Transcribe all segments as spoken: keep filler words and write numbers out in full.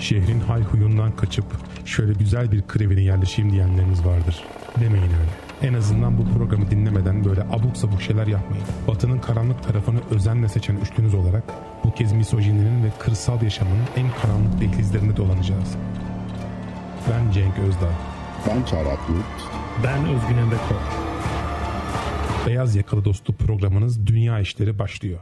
şehrin hay huyundan kaçıp şöyle güzel bir krevine yerleşeyim diyenleriniz vardır. Demeyin öyle. En azından bu programı dinlemeden böyle abuk sabuk şeyler yapmayın. Batı'nın karanlık tarafını özenle seçen üçlünüz olarak bu kez misojininin ve kırsal yaşamın en karanlık dehlizlerinde dolanacağız. Ben Cenk Özdağ. Ben Çağrı Yurt. Ben Özgün Emre Koç. Beyaz Yakalı Dostu programınız Dünya İşleri başlıyor.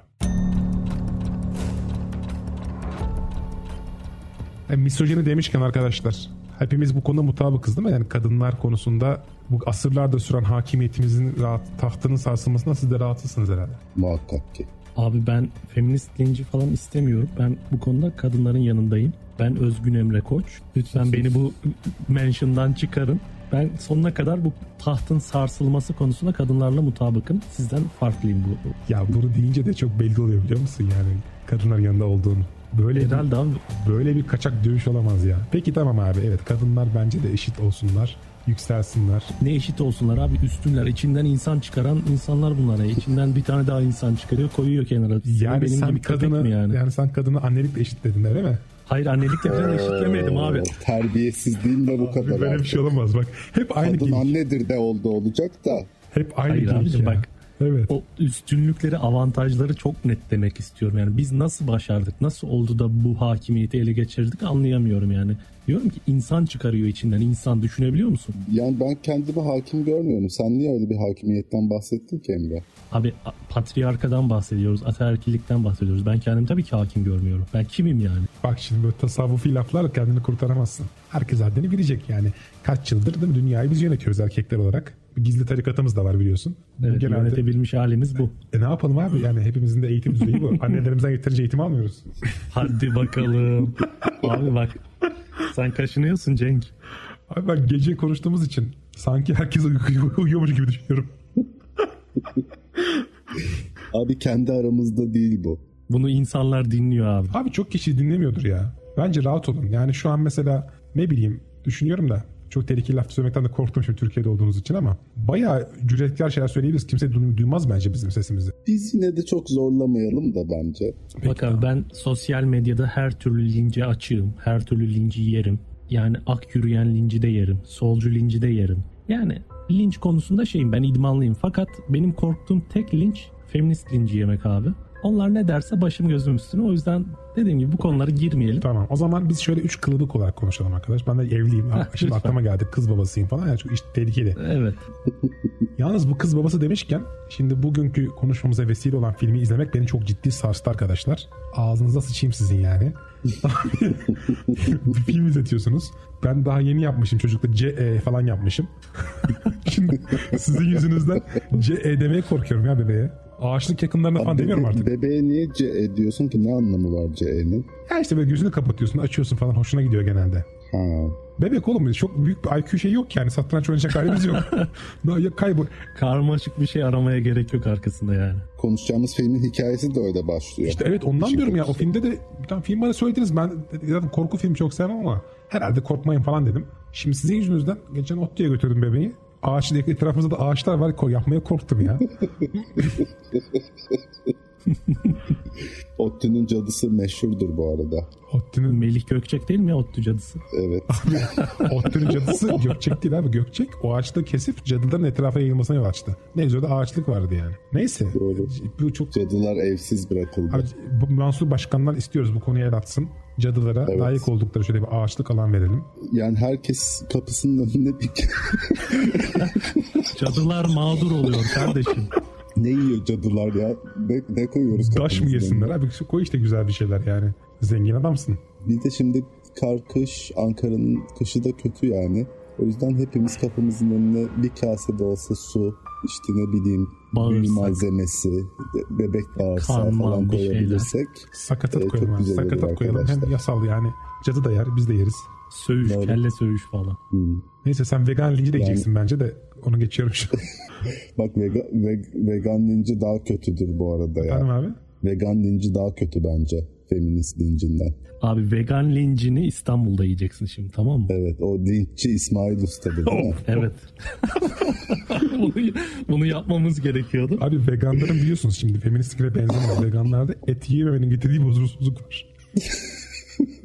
Yani misojini demişken arkadaşlar, hepimiz bu konuda mutabıkız değil mi? Yani kadınlar konusunda bu asırlardır süren hakimiyetimizin rahat, tahtının sarsılmasına siz de rahatsızsınız herhalde. Muhakkak ki. Abi ben feminist linci falan istemiyorum. Ben bu konuda kadınların yanındayım. Ben Özgün Emre Koç. Lütfen beni bu mention'dan çıkarın. Ben sonuna kadar bu tahtın sarsılması konusunda kadınlarla mutabıkım. Sizden farklıyım bu. Ya bunu deyince de çok belli oluyor biliyor musun yani kadınların yanında olduğunu. Böyle Herhalde abi. Böyle bir kaçak dövüş olamaz ya. Peki tamam abi, evet, kadınlar bence de eşit olsunlar, yükselsinler. Ne eşit olsunlar abi, üstünler. İçinden insan çıkaran insanlar bunlara. İçinden bir tane daha insan çıkarıyor, koyuyor kenara. Yani benim sen gibi kadını yani? yani sen kadını annelikle eşitledin öyle mi? Hayır, annelikle falan eşitlemedim abi. Oo, terbiyesizliğin de bu kadar. Böyle bir şey olamaz bak. Hep aynı kadın gibi. annedir de oldu olacak da. Hep aynı Hayır abicim ya. bak. Evet. O üstünlükleri, avantajları çok net demek istiyorum. Yani biz nasıl başardık, nasıl oldu da bu hakimiyeti ele geçirdik anlayamıyorum yani. Diyorum ki insan çıkarıyor içinden, insan, düşünebiliyor musun? Yani ben kendimi hakim görmüyorum. Sen niye öyle bir hakimiyetten bahsettin ki Emre? Abi patriarkadan bahsediyoruz, ataerkillikten bahsediyoruz. Ben kendimi tabii ki hakim görmüyorum. Ben kimim yani? Bak şimdi böyle tasavvufi laflarla kendini kurtaramazsın. Herkes haddini bilecek yani. Kaç yıldır değil mi dünyayı biz yönetiyoruz erkekler olarak. Bir gizli tarikatımız da var biliyorsun. Evet, genelde... yönetebilmiş halimiz bu. E ne yapalım abi, yani hepimizin de eğitim düzeyi bu. Annelerimizden yeterince eğitim almıyoruz. Hadi bakalım. Abi bak, sen kaşınıyorsun Cenk. Abi ben gece konuştuğumuz için sanki herkes uy- uyuyormuş gibi düşünüyorum. Abi kendi aramızda değil bu. Bunu insanlar dinliyor abi. Abi çok kişi dinlemiyordur ya. Bence rahat olun. Yani şu an mesela ne bileyim düşünüyorum da çok tehlikeli laf söylemekten de korktum şimdi Türkiye'de olduğunuz için ama bayağı cüretkar şeyler söyleyebiliriz. Kimse duy- duymaz bence bizim sesimizi. Biz yine de çok zorlamayalım da bence. Bak abi, ben sosyal medyada her türlü lince açığım. Her türlü linci yerim. Yani ak yürüyen linci de yerim. Solcu linci de yerim. Yani linç konusunda şeyim, ben idmanlıyım. Fakat benim korktuğum tek linç feminist linci yemek abi. Onlar ne derse başım gözüm üstüne. O yüzden dediğim gibi bu konulara girmeyelim. Tamam, o zaman biz şöyle üç kılıbık olarak konuşalım arkadaş. Ben de evliyim. Heh, Şimdi lütfen. aklıma geldi, kız babasıyım falan. Yani çok iş tehlikeli. Evet. Yalnız bu kız babası demişken şimdi bugünkü konuşmamıza vesile olan filmi izlemek beni çok ciddi sarstı arkadaşlar. Ağzınıza sıçayım sizin yani. Bir film izletiyorsunuz. Ben daha yeni yapmışım, çocukta C E falan yapmışım. Şimdi sizin yüzünüzden C E demeye korkuyorum ya bebeğe. Ağaçlık yakınlarına falan Abi, demiyorum artık. Bebeğe niye C E diyorsun ki, ne anlamı var C E'nin? Ya işte böyle gözünü kapatıyorsun, açıyorsun falan, hoşuna gidiyor genelde. Ha. Bebek oğlum, çok büyük bir I Q şey yok yani, satranç oynayacak halimiz yok. Ya kaybol. Karmaşık bir şey aramaya gerek yok arkasında yani. Konuşacağımız filmin hikayesi de öyle başlıyor. İşte evet, ondan İşin diyorum ya, o konusu. filmde de bir tane film bana söylediniz, ben zaten korku filmi çok sevmem ama herhalde korkmayın falan dedim. Şimdi sizin yüzünüzden geçen Ottu'ya götürdüm bebeği. Ağaçın etrafımızda da ağaçlar var, yapmaya korktum ya. Ottu'nun cadısı meşhurdur bu arada. Ottu'nun Melih Gökçek değil mi ya Ottu cadısı? Evet. Ottu'nun cadısı Gökçek değil abi, Gökçek o ağaçta kesip cadıların etrafa yayılmasına yol açtı. Ne güzel de ağaçlık vardı yani. Neyse. Doğru. Bu çok... Cadılar evsiz bırakıldı. Abi, bu Mansur Başkan'dan istiyoruz bu konuya el atsın. Cadılara Evet. layık oldukları şöyle bir ağaçlık alan verelim. Yani herkes kapısının önüne bir... Cadılar mağdur oluyor kardeşim. Ne yiyor cadılar ya? Ne, ne koyuyoruz Taş kapımızın mı yesinler önüne? abi? Koy işte güzel bir şeyler yani. Zengin adamsın. Bir de şimdi kar, kış, Ankara'nın kışı da kötü yani. O yüzden hepimiz kapımızın önüne bir kase de olsa su, işte ne bileyim büyü Bağırsak. malzemesi, be- bebek bağırsağı Kanman falan bir koyabilirsek. Sakatat Ee, çok koyalım abi. güzel olur Sakatat koyalım. Hem arkadaşlar. yasal yani. Cadı da yer, biz de yeriz. Söğüş, Doğru. kelle söğüş falan. Hmm. Neyse, sen vegan linci de Yani- yiyeceksin bence de. Onu geçiyorum şu an. Bak vega, ve- vegan linci daha kötüdür bu arada ya. Efendim abi? Vegan linci daha kötü bence feminist lincinden. Abi vegan lincini İstanbul'da yiyeceksin şimdi, tamam mı? Evet, o linççi İsmail Usta'dır değil mi? Evet. bunu, bunu yapmamız gerekiyordu. Abi veganların biliyorsunuz şimdi feministlikle benzemez. Veganlarda et yiyememenin getirdiği huzursuzluk var.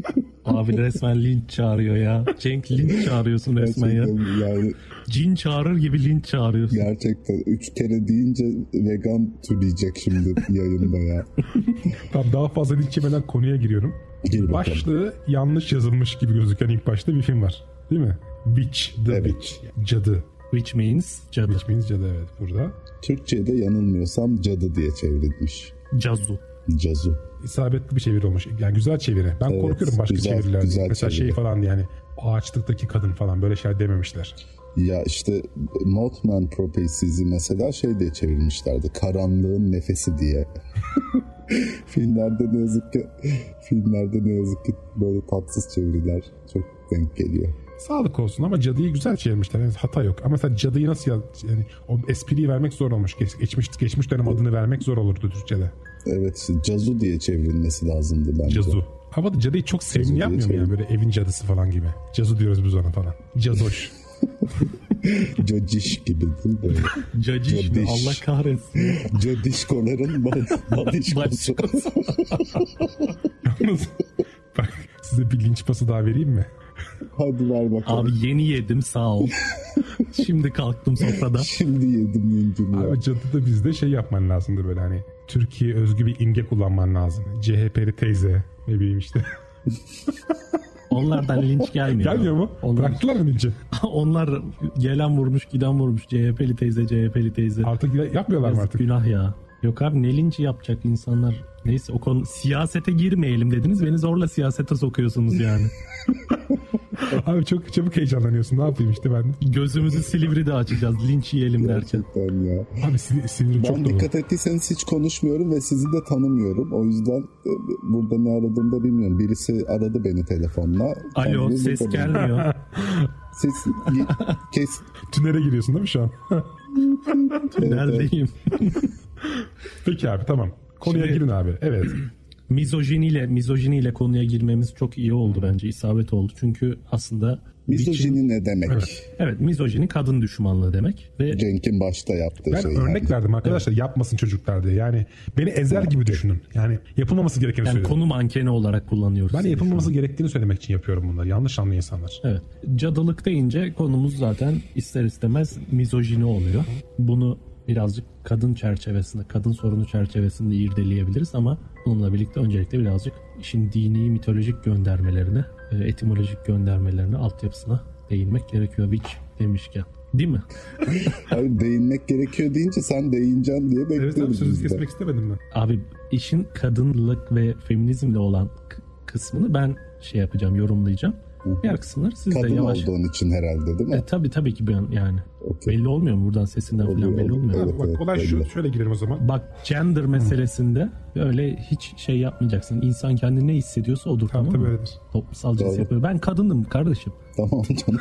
Abi resmen linç çağırıyor ya. Cenk linç çağırıyorsun resmen ya. Yani cin çağırır gibi linç çağırıyorsun. Gerçekten üç kere deyince vegan türleyecek şimdi yayında ya. Tamam, daha fazla linç yemeden konuya giriyorum. Gir Başlığı yanlış yazılmış gibi gözüken ilk başta bir film var. Değil mi? Witch, The Evet. Witch. Cadı. Which means cadı. Which means cadı, evet, burada. Türkçe'de yanılmıyorsam cadı diye çevrilmiş. Cazu. Cazu. İsabetli bir çeviri olmuş. Yani güzel çeviri. Ben Evet, korkuyorum başka güzel- çevirilerden. güzel Mesela çeviri. şey falan yani ağaçlıktaki kadın falan böyle şeyler dememişler. Ya işte Mothman Prophecy'si mesela şey diye çevirmişlerdi. Karanlığın nefesi diye. filmlerde ne yazık ki filmlerde ne yazık ki böyle tatsız çeviriler çok denk geliyor. Sağlık olsun ama cadıyı güzel çevirmişler. Yani hata yok. Ama mesela cadıyı nasıl yaz... Yani o espriyi vermek zor olmuş. Geç- Geçmiş, geçmiş dönem adını vermek zor olurdu Türkçe'de. Evet, işte Cazu diye çevrilmesi lazımdı bence. Cazu. Ama da cadıyı çok sevimli diye yapmıyor mu yani? çevir- Böyle evin cadısı falan gibi. Cazu diyoruz biz ona falan. Cazoş. Cadiş gibi değil mi? Caciş mi? Cadiş. Allah kahretsin. Cadişkoların bal- balişkosu. Yalnız bak size bir linç pası daha vereyim mi? Hadi ver bakalım. Abi yeni yedim sağ ol. Şimdi kalktım sofradan. Şimdi yedim yüncümü. Abi cadıda bizde şey yapman lazımdı böyle hani Türkiye özgü bir imge kullanman lazım. C H P'li teyze ne bileyim işte. Onlardan linç gelmiyor. Gelmiyor mu? Onlar, Bıraktılar mı linci? onlar gelen vurmuş giden vurmuş. C H P'li teyze C H P'li teyze. Artık yapmıyorlar mı Yazık, artık? günah ya. Yok abi ne linci yapacak insanlar. Neyse o konu siyasete girmeyelim dediniz. Beni zorla siyasete sokuyorsunuz yani. Abi çok çabuk heyecanlanıyorsun. Ne yapayım işte ben. Gözümüzü Silivri'de açacağız linç yiyelim derken. Gerçekten ya. Abi sinir, sinirim çok Ben dolu. dikkat ettiyseniz hiç konuşmuyorum ve sizi de tanımıyorum. O yüzden e, burada ne aradığımı da bilmiyorum. Birisi aradı beni telefonla. Alo Kendimi ses burada- gelmiyor. Ses kes. Tünele giriyorsun değil mi şu an? Neredeyim? Peki abi tamam. Konuya Şimdi- girin abi. Evet. Mizojiniyle mizojiniyle konuya girmemiz çok iyi oldu bence, isabet oldu. Çünkü aslında Misojini ne demek? Evet. evet mizojini kadın düşmanlığı demek ve Cenk'in başta yaptığı Ben şey. örnek yani. verdim arkadaşlar yapmasın çocuklar diye. Yani beni ezer gibi düşünün. Yani yapılmaması gerekeni yani söylüyorum. konu mankeni olarak kullanıyoruz. Ben seni yapılmaması şu an. gerektiğini söylemek için yapıyorum bunları. Yanlış anlayan insanlar. Evet. Cadılık deyince konumuz zaten ister istemez mizojini oluyor. Bunu birazcık kadın çerçevesinde, kadın sorunu çerçevesinde irdeleyebiliriz ama bununla birlikte öncelikle birazcık işin dini, mitolojik göndermelerine, e, etimolojik göndermelerine, altyapısına değinmek gerekiyor. Witch demişken. Değil mi? Abi değinmek gerekiyor deyince sen değineceksin diye Evet abi bekliyoruz sözü biz de. kesmek istemedim ben. Abi işin kadınlık ve feminizmle olan k- kısmını ben şey yapacağım, yorumlayacağım. Diğer kısımları siz de Kadın yavaş... olduğun için herhalde değil mi? E, tabii tabii ki ben yani. Okey. Belli olmuyor mu? Buradan sesinden Oluyor, falan belli oluyor. olmuyor mu? Evet, Bak evet, olay şu, belli. şöyle girelim o zaman. Bak gender meselesinde öyle hiç şey yapmayacaksın. İnsan kendini ne hissediyorsa odur, Tamam, tamam, tabii mı? öyledir. Toplumsal cins Doğru. yapıyor. Ben kadınım kardeşim. Tamam canım.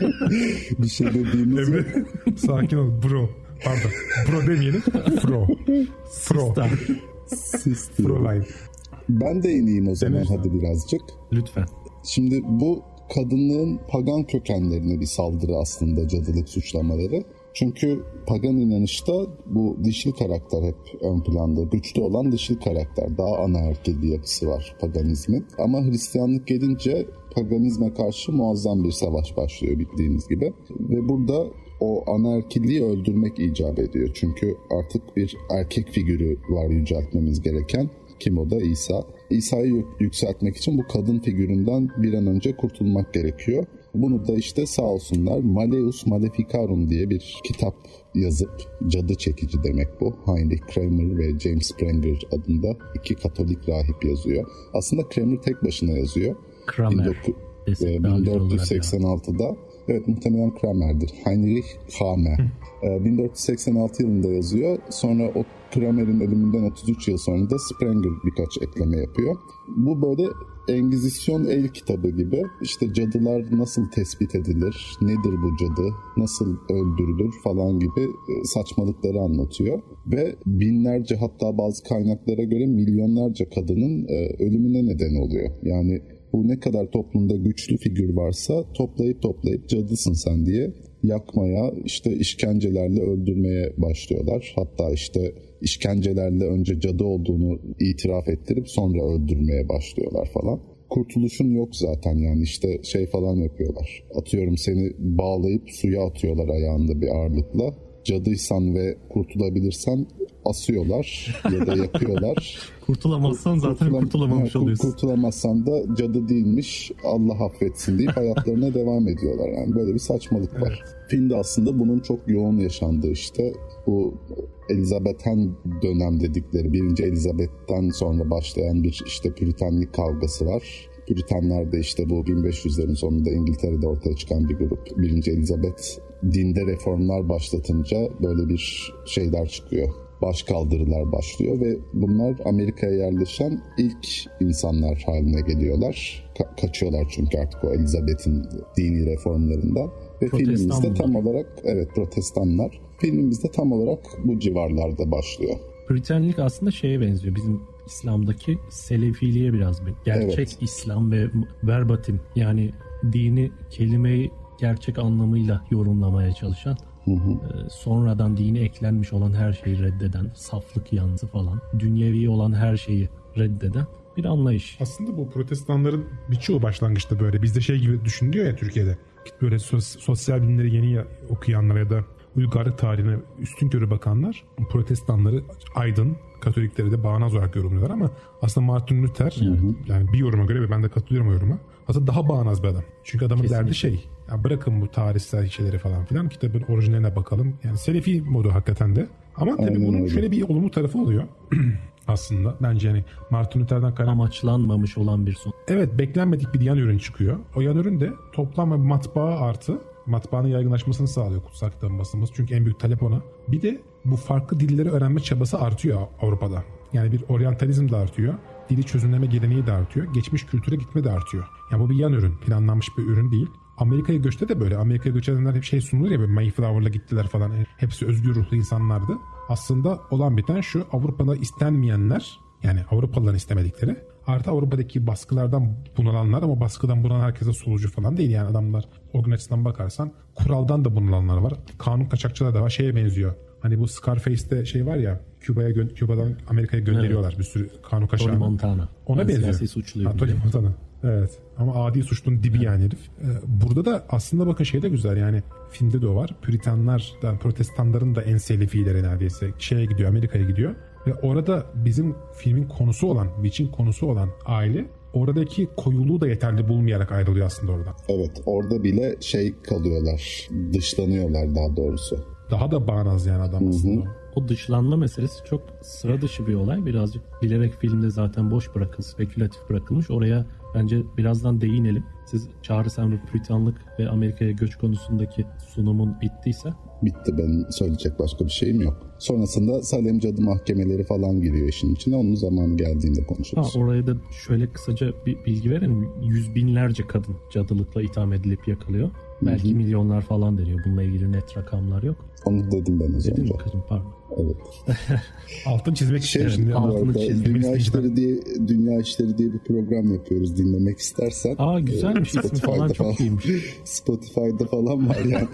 Bir şey dediğimiz yok. Emre sakin ol bro. Pardon. Bro demeyelim. Fro. Fro. Tamam. Sis diyor. Froline. Ben de ineyim o zaman Denirsen. hadi birazcık. Lütfen. Şimdi bu kadınlığın pagan kökenlerine bir saldırı aslında cadılık suçlamaları. Çünkü pagan inanışta bu dişil karakter hep ön planda. Güçlü olan dişil karakter. Daha anaerkil bir yapısı var paganizmin. Ama Hristiyanlık gelince paganizme karşı muazzam bir savaş başlıyor bildiğiniz gibi. Ve burada o anaerkilliği öldürmek icap ediyor. Çünkü artık bir erkek figürü var yüceltmemiz gereken. Kim o da? İsa. İsa'yı yük- yükseltmek için bu kadın figüründen bir an önce kurtulmak gerekiyor. Bunu da işte sağ olsunlar Malleus Maleficarum diye bir kitap yazıp, cadı çekici demek bu. Heinrich Kramer ve James Sprenger adında iki Katolik rahip yazıyor. Aslında Kramer tek başına yazıyor. Kramer. bin dokuz- desek e, daha güzel olur bin dört yüz seksen altıda evet muhtemelen Kramer'dir. Heinrich Kramer. E, bin dört yüz seksen altı yılında yazıyor. Sonra o Kramer'in ölümünden otuz üç yıl sonra da Sprenger birkaç ekleme yapıyor. Bu böyle Engizisyon el kitabı gibi. İşte cadılar nasıl tespit edilir, nedir bu cadı, nasıl öldürülür falan gibi e, saçmalıkları anlatıyor. Ve binlerce, hatta bazı kaynaklara göre milyonlarca kadının e, ölümüne neden oluyor. Yani bu ne kadar toplumda güçlü figür varsa toplayıp toplayıp cadısın sen diye yakmaya, işte işkencelerle öldürmeye başlıyorlar. Hatta işte işkencelerle önce cadı olduğunu itiraf ettirip sonra öldürmeye başlıyorlar falan. kurtuluşun yok zaten, yani işte şey falan yapıyorlar. Atıyorum seni bağlayıp suya atıyorlar ayağında bir ağırlıkla. Cadıysan ve kurtulabilirsen asıyorlar ya da yakıyorlar. Kurtulamazsan zaten Kurtulam- kurtulamamış oluyorsun. Kurtulamazsan da cadı değilmiş, Allah affetsin deyip hayatlarına devam ediyorlar. Yani böyle bir saçmalık var. Evet. Filmde aslında bunun çok yoğun yaşandığı, işte bu Elizabethan dönem dedikleri, birinci Elizabeth'ten sonra başlayan bir işte Püritenlik kavgası var. Püritenler de işte bu bin beş yüzlerin sonunda İngiltere'de ortaya çıkan bir grup. Birinci Elizabeth dinde reformlar başlatınca böyle bir şeyler çıkıyor. Başkaldırılar başlıyor ve bunlar Amerika'ya yerleşen ilk insanlar haline geliyorlar. Ka- kaçıyorlar çünkü artık o Elizabeth'in dini reformlarından. Ve filmimizde tam olarak, evet, protestanlar. Filmimizde tam olarak bu civarlarda başlıyor. Püritenlik aslında şeye benziyor. Bizim İslam'daki Selefiliğe biraz. Gerçek evet. İslam ve verbatim, yani dini, kelimeyi gerçek anlamıyla yorumlamaya çalışan, hı hı. E, sonradan dine eklenmiş olan her şeyi reddeden, saflık yanlısı falan, dünyevi olan her şeyi reddeden bir anlayış. Aslında bu protestanların birçoğu başlangıçta böyle bizde şey gibi düşünülüyor ya Türkiye'de. Böyle sos- sosyal bilimleri yeni okuyanlar ya da uygarlık tarihine üstünkörü bakanlar protestanları aydın, Katolikleri de bağnaz olarak yorumluyorlar ama aslında Martin Luther, hı hı. yani bir yoruma göre ve ben de katılıyorum o yoruma, aslında daha bağnaz bir adam. Çünkü adamın Kesinlikle. derdi şey, ya bırakın bu tarihsel şeyleri falan filan, kitabın orijinaline bakalım. Yani Selefi modu hakikaten de. Ama tabii Aynen bunun öyle. şöyle bir olumlu tarafı oluyor. Aslında bence yani Martin Luther'den kaynak... Amaçlanmamış olan bir son. Evet, beklenmedik bir yan ürün çıkıyor. O yan ürün de toplam ve matbaa artı matbaanın yaygınlaşmasını sağlıyor, kutsal kitabın basılması. Çünkü en büyük talep ona. Bir de bu farklı dilleri öğrenme çabası artıyor Avrupa'da. Yani bir oryantalizm de artıyor. Dili çözümleme geleneği de artıyor. Geçmiş kültüre gitme de artıyor. Yani bu bir yan ürün. Planlanmış bir ürün değil. Amerika'ya göçte de böyle. Amerika'ya göç edenler hep şey sunulur ya, böyle Mayflower'la gittiler falan. Hepsi özgür ruhlu insanlardı. Aslında olan biten şu: Avrupa'da istenmeyenler, yani Avrupalıların istemedikleri, artı Avrupa'daki baskılardan bunalanlar, ama baskıdan bunalan herkese solucu falan değil. Yani adamlar o gün açısından bakarsan kuraldan da bunalanlar var. Kanun kaçakçılar da var. Şeye benziyor. Hani bu Scarface'te şey var ya, Küba'ya gö- Küba'dan Amerika'ya gönderiyorlar evet. bir sürü kanun kaçağı. Tony Montana. Ona benziyor. Ha, Tony Montana. Evet. Ama adi suçlunun dibi evet. yani herif. Ee, burada da aslında bakın şey de güzel, yani filmde de o var. Püritanlar da, protestanların da en selefileri neredeyse şeye gidiyor, Amerika'ya gidiyor. Ve orada bizim filmin konusu olan, Witch'in konusu olan aile oradaki koyuluğu da yeterli bulmayarak ayrılıyor aslında oradan. Evet, orada bile şey kalıyorlar, dışlanıyorlar daha doğrusu. Daha da bağnaz yani adam aslında. Hı hı. O dışlanma meselesi çok sıra dışı bir olay. Birazcık bilerek filmde zaten boş bırakılmış, spekülatif bırakılmış. Oraya bence birazdan değinelim. Siz Çağrı, sen bu Püritanlık ve Amerika'ya göç konusundaki sunumun bittiyse. Bitti, benim söyleyecek başka bir şeyim yok. Sonrasında Salem cadı mahkemeleri falan giriyor işin içine. Onun zamanı geldiğinde konuşuruz. Ha, oraya da şöyle kısaca bir bilgi verelim. Yüz binlerce kadın cadılıkla itham edilip yakalıyor. Belki Hı-hı. milyonlar falan deniyor. Bununla ilgili net rakamlar yok. Onu dedim ben az önce. Dedim mi kızım, pardon. Evet. Altın çizmek şey, için. Altını çizmek. Dünya işleri diye Dünya işleri diye bir program yapıyoruz. Dinlemek istersen. Aa, güzelmiş. E, ismi falan çok falan, iyiymiş. Spotify'da falan var yani.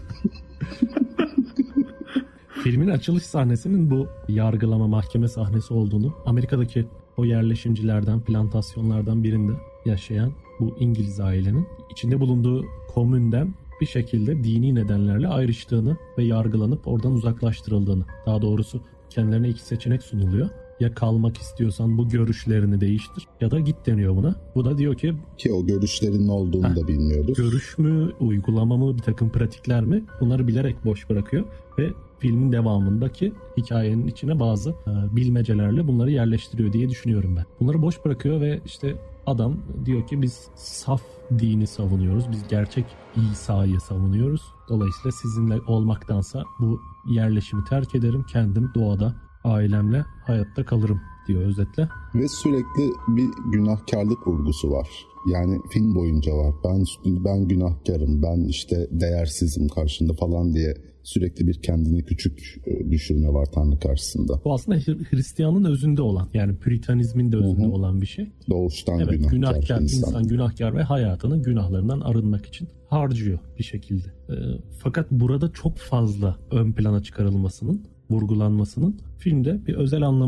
Filmin açılış sahnesinin bu yargılama mahkeme sahnesi olduğunu, Amerika'daki o yerleşimcilerden, plantasyonlardan birinde yaşayan bu İngiliz ailenin içinde bulunduğu komünden bir şekilde dini nedenlerle ayrıştığını ve yargılanıp oradan uzaklaştırıldığını, daha doğrusu kendilerine iki seçenek sunuluyor. Ya kalmak istiyorsan bu görüşlerini değiştir ya da git deniyor buna. Bu da diyor ki... Ki o görüşlerin ne olduğunu heh, da bilmiyoruz. Görüş mü, uygulama mı, bir takım pratikler mi? Bunları bilerek boş bırakıyor ve filmin devamındaki hikayenin içine bazı e, bilmecelerle bunları yerleştiriyor diye düşünüyorum ben. Bunları boş bırakıyor ve işte adam diyor ki biz saf dini savunuyoruz. Biz gerçek İsa'yı savunuyoruz. Dolayısıyla sizinle olmaktansa bu yerleşimi terk ederim. Kendim doğada, ailemle hayatta kalırım diyor özetle. Ve sürekli bir günahkarlık vurgusu var. Yani film boyunca var. Ben ben günahkarım, ben işte değersizim karşında falan diye sürekli bir kendini küçük düşürme var Tanrı karşısında. Bu aslında Hristiyanlığın özünde olan, yani Püritanizmin de özünde Hı-hı. olan bir şey. Doğuştan evet, günahkar, günahkar insan. insan günahkar ve hayatını günahlarından arınmak için harcıyor bir şekilde. E, fakat burada çok fazla ön plana çıkarılmasının, vurgulanmasının filmde bir özel anlamı var.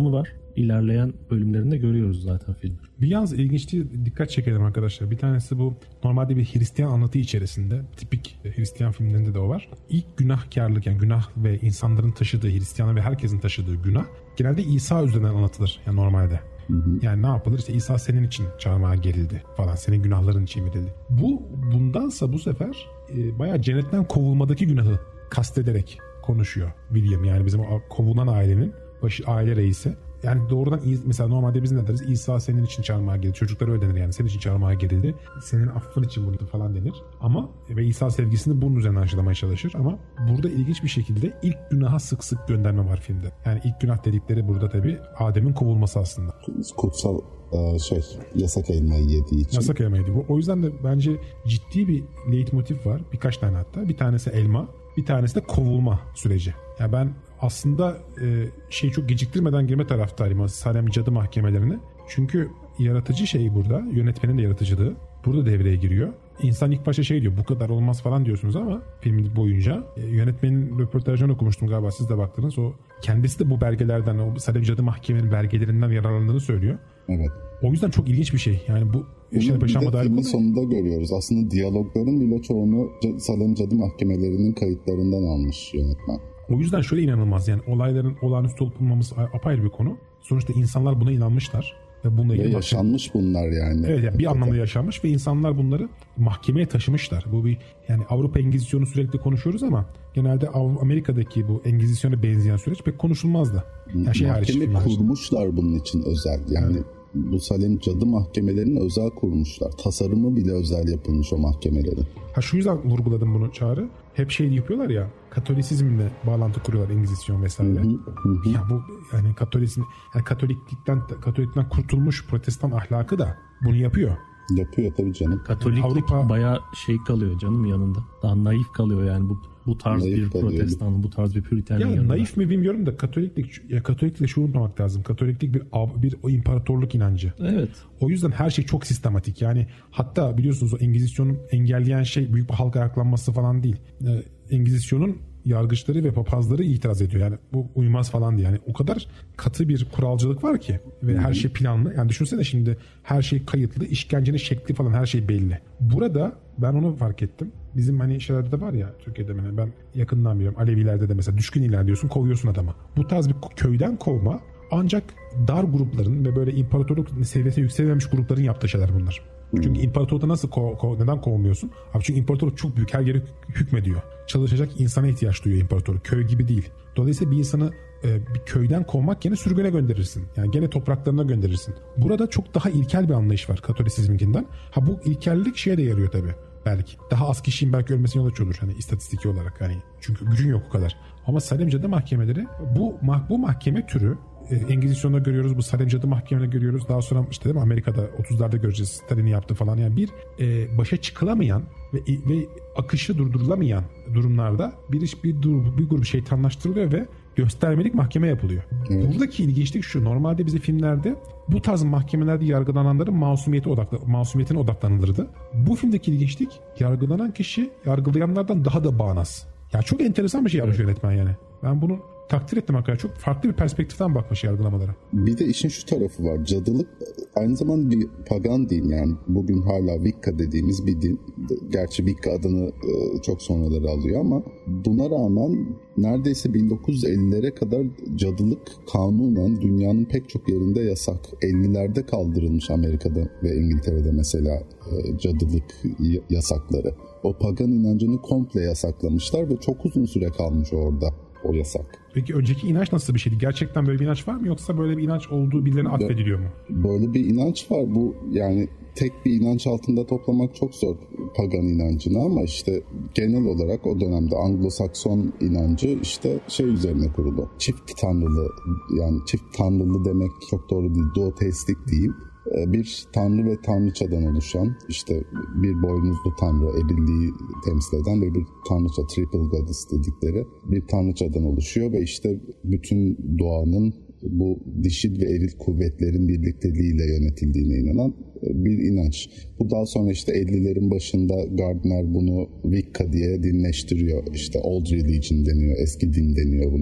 ilerleyen bölümlerinde görüyoruz zaten film. Bir yalnız ilginçliği dikkat çekelim arkadaşlar. Bir tanesi bu, normalde bir Hristiyan anlatı içerisinde, tipik Hristiyan filmlerinde de o var. İlk günahkarlık, yani günah ve insanların taşıdığı, Hristiyanlar ve herkesin taşıdığı günah genelde İsa üzerinden anlatılır yani normalde. Yani ne yapılır? İşte İsa senin için çarmıha gerildi falan. Senin günahların için verildi. Bu bundansa bu sefer e, bayağı cennetten kovulmadaki günahı kastederek konuşuyor William. Yani bizim o kovulan ailenin başı, aile reisi. Yani doğrudan mesela normalde biz ne deriz? İsa senin için çarmıha gerildi. Çocuklara öyle denir yani. Senin için çarmıha gerildi. Senin affın için bunu falan denir. Ama ve İsa sevgisini bunun üzerine aşılamaya çalışır. Ama burada ilginç bir şekilde ilk günaha sık sık gönderme var filmde. Yani ilk günah dedikleri burada tabii Adem'in kovulması aslında. Kutsal şey, yasak elmayı yediği için. Yasak elmayı yediği. O yüzden de bence ciddi bir leitmotif var. Birkaç tane hatta. Bir tanesi elma. Bir tanesi de kovulma süreci. Yani ben aslında e, şeyi çok geciktirmeden girme taraftarıyım o Salem cadı mahkemelerine. Çünkü yaratıcı şey burada, yönetmenin de yaratıcılığı burada devreye giriyor. İnsan ilk başta şey diyor, bu kadar olmaz falan diyorsunuz ama filmin boyunca e, yönetmenin röportajını okumuştum galiba, siz de baktınız. O kendisi de bu belgelerden, o Salem cadı mahkemenin belgelerinden yararlandığını söylüyor. Evet. O yüzden çok ilginç bir şey. Yani bu Bunu bir de filmin sonunda görüyoruz. Aslında diyalogların bile çoğunu Salem cadı mahkemelerinin kayıtlarından almış yönetmen. O yüzden şöyle inanılmaz, yani olayların olağanüstü olup bulunmaması apayrı bir konu. Sonuçta insanlar buna inanmışlar. Ve bununla ilgili ve yaşanmış mahkeme... bunlar yani. Evet, yani bir anlamda yaşanmış ve insanlar bunları mahkemeye taşımışlar. Bu bir, yani Avrupa Engizisyonu sürekli konuşuyoruz ama genelde Amerika'daki bu Engizisyon'a benzeyen süreç pek konuşulmazdı. Yani şey mahkeme kurmuşlar işte. Bunun için özel. Yani evet. Bu Salem cadı mahkemelerini özel kurmuşlar. Tasarımı bile özel yapılmış o mahkemelerin. Ha şu yüzden vurguladım bunu Çağrı. Hep şey yapıyorlar ya, Katolisizmle bağlantı kuruyorlar, Engizisyon vesaire. Hı hı, hı. Ya bu yani Katolizm, yani Katoliklikten Katoliklikten kurtulmuş Protestan ahlakı da bunu yapıyor. Yapıyor tabii canım. Katoliklik Avrupa... bayağı şey kalıyor canım yanında. Daha naif kalıyor yani bu bu tarz naif bir kalıyor. Protestan, bu tarz bir Püritenliğin yani yanında. Naif mi bilmiyorum da Katoliklik, ya Katoliklikle şu unutmamak lazım. Katoliklik bir bir o imparatorluk inancı. Evet. O yüzden her şey çok sistematik. Yani hatta biliyorsunuz o Engizisyon'u engelleyen şey büyük bir halk ayaklanması falan değil. Ee, Engizisyon'un yargıçları ve papazları itiraz ediyor. Yani bu uymaz falan diye. Yani o kadar katı bir kuralcılık var ki ve her şey planlı. Yani düşünsene şimdi her şey kayıtlı, işkencenin şekli falan her şey belli. Burada ben onu fark ettim. Bizim hani şeylerde de var ya Türkiye'de, ben, ben yakından biliyorum. Alevilerde de mesela düşkün ilerliyorsun, kovuyorsun adamı. Bu tarz bir köyden kovma ancak dar grupların ve böyle imparatorluk seviyesine yükselmemiş grupların yaptığı şeyler bunlar. Çünkü imparatorlukta nasıl ko- ko- neden kovmuyorsun? Abi çünkü imparatorluk çok büyük, her yere hükmediyor. Çalışacak insana ihtiyaç duyuyor imparatorluk. Köy gibi değil. Dolayısıyla bir insanı e, bir köyden kovmak yerine sürgüne gönderirsin. Yani gene topraklarına gönderirsin. Burada çok daha ilkel bir anlayış var Katolisizminkinden. Ha bu ilkellik şeye de yarıyor tabii. Belki. Daha az kişinin belki ölmesine yol açıyordur hani istatistiki olarak. Hani çünkü gücün yok o kadar. Ama Salem cadı mahkemeleri bu bu mahkeme türü Engizisyon'da görüyoruz, bu Salem cadı mahkemelerinde görüyoruz. Daha sonra işte değil mi Amerika'da otuzlarda göreceğiz, Stalin'i yaptı falan. Yani bir e, başa çıkılamayan ve, ve akışı durdurulamayan durumlarda bir iş bir, dur, bir grup şeytanlaştırılıyor ve göstermelik mahkeme yapılıyor. Evet. Buradaki ilginçlik şu: normalde bize filmlerde bu tarz mahkemelerde yargılananların masumiyeti odaklı, masumiyetine odaklanılırdı. Bu filmdeki ilginçlik, yargılanan kişi yargılayanlardan daha da bağnaz. Ya çok enteresan bir şey yapmış evet. Yönetmen yani. Ben bunu takdir ettim arkadaşlar. Çok farklı bir perspektiften bakmış yargılamalara. Bir de işin şu tarafı var. Cadılık aynı zamanda bir pagan din yani. Bugün hala Wicca dediğimiz bir din. Gerçi Wicca adını çok sonraları alıyor ama buna rağmen neredeyse bin dokuz yüz ellilere kadar cadılık kanunen dünyanın pek çok yerinde yasak. ellilerde kaldırılmış Amerika'da ve İngiltere'de mesela cadılık yasakları. O pagan inancını komple yasaklamışlar ve çok uzun süre kalmış orada o yasak. Peki önceki inanç nasıl bir şeydi? Gerçekten böyle bir inanç var mı, yoksa böyle bir inanç olduğu birilerine atfediliyor mu? Böyle bir inanç var. Bu yani tek bir inanç altında toplamak çok zor pagan inancını ama işte genel olarak o dönemde Anglo-Sakson inancı işte şey üzerine kurulu. Çift tanrılı, yani çift tanrılı demek çok doğru değil. Duoteistik diyeyim. Bir tanrı ve tanrıçadan oluşan, işte bir boynuzlu tanrı, erilliği temsil eden ve bir tanrıça, triple goddess dedikleri bir tanrıçadan oluşuyor ve işte bütün doğanın bu dişil ve eril kuvvetlerin birlikteliğiyle yönetildiğine inanan bir inanç. Bu daha sonra işte ellilerin başında Gardner bunu Wicca diye dinleştiriyor. İşte Old Religion deniyor, eski din deniyor buna.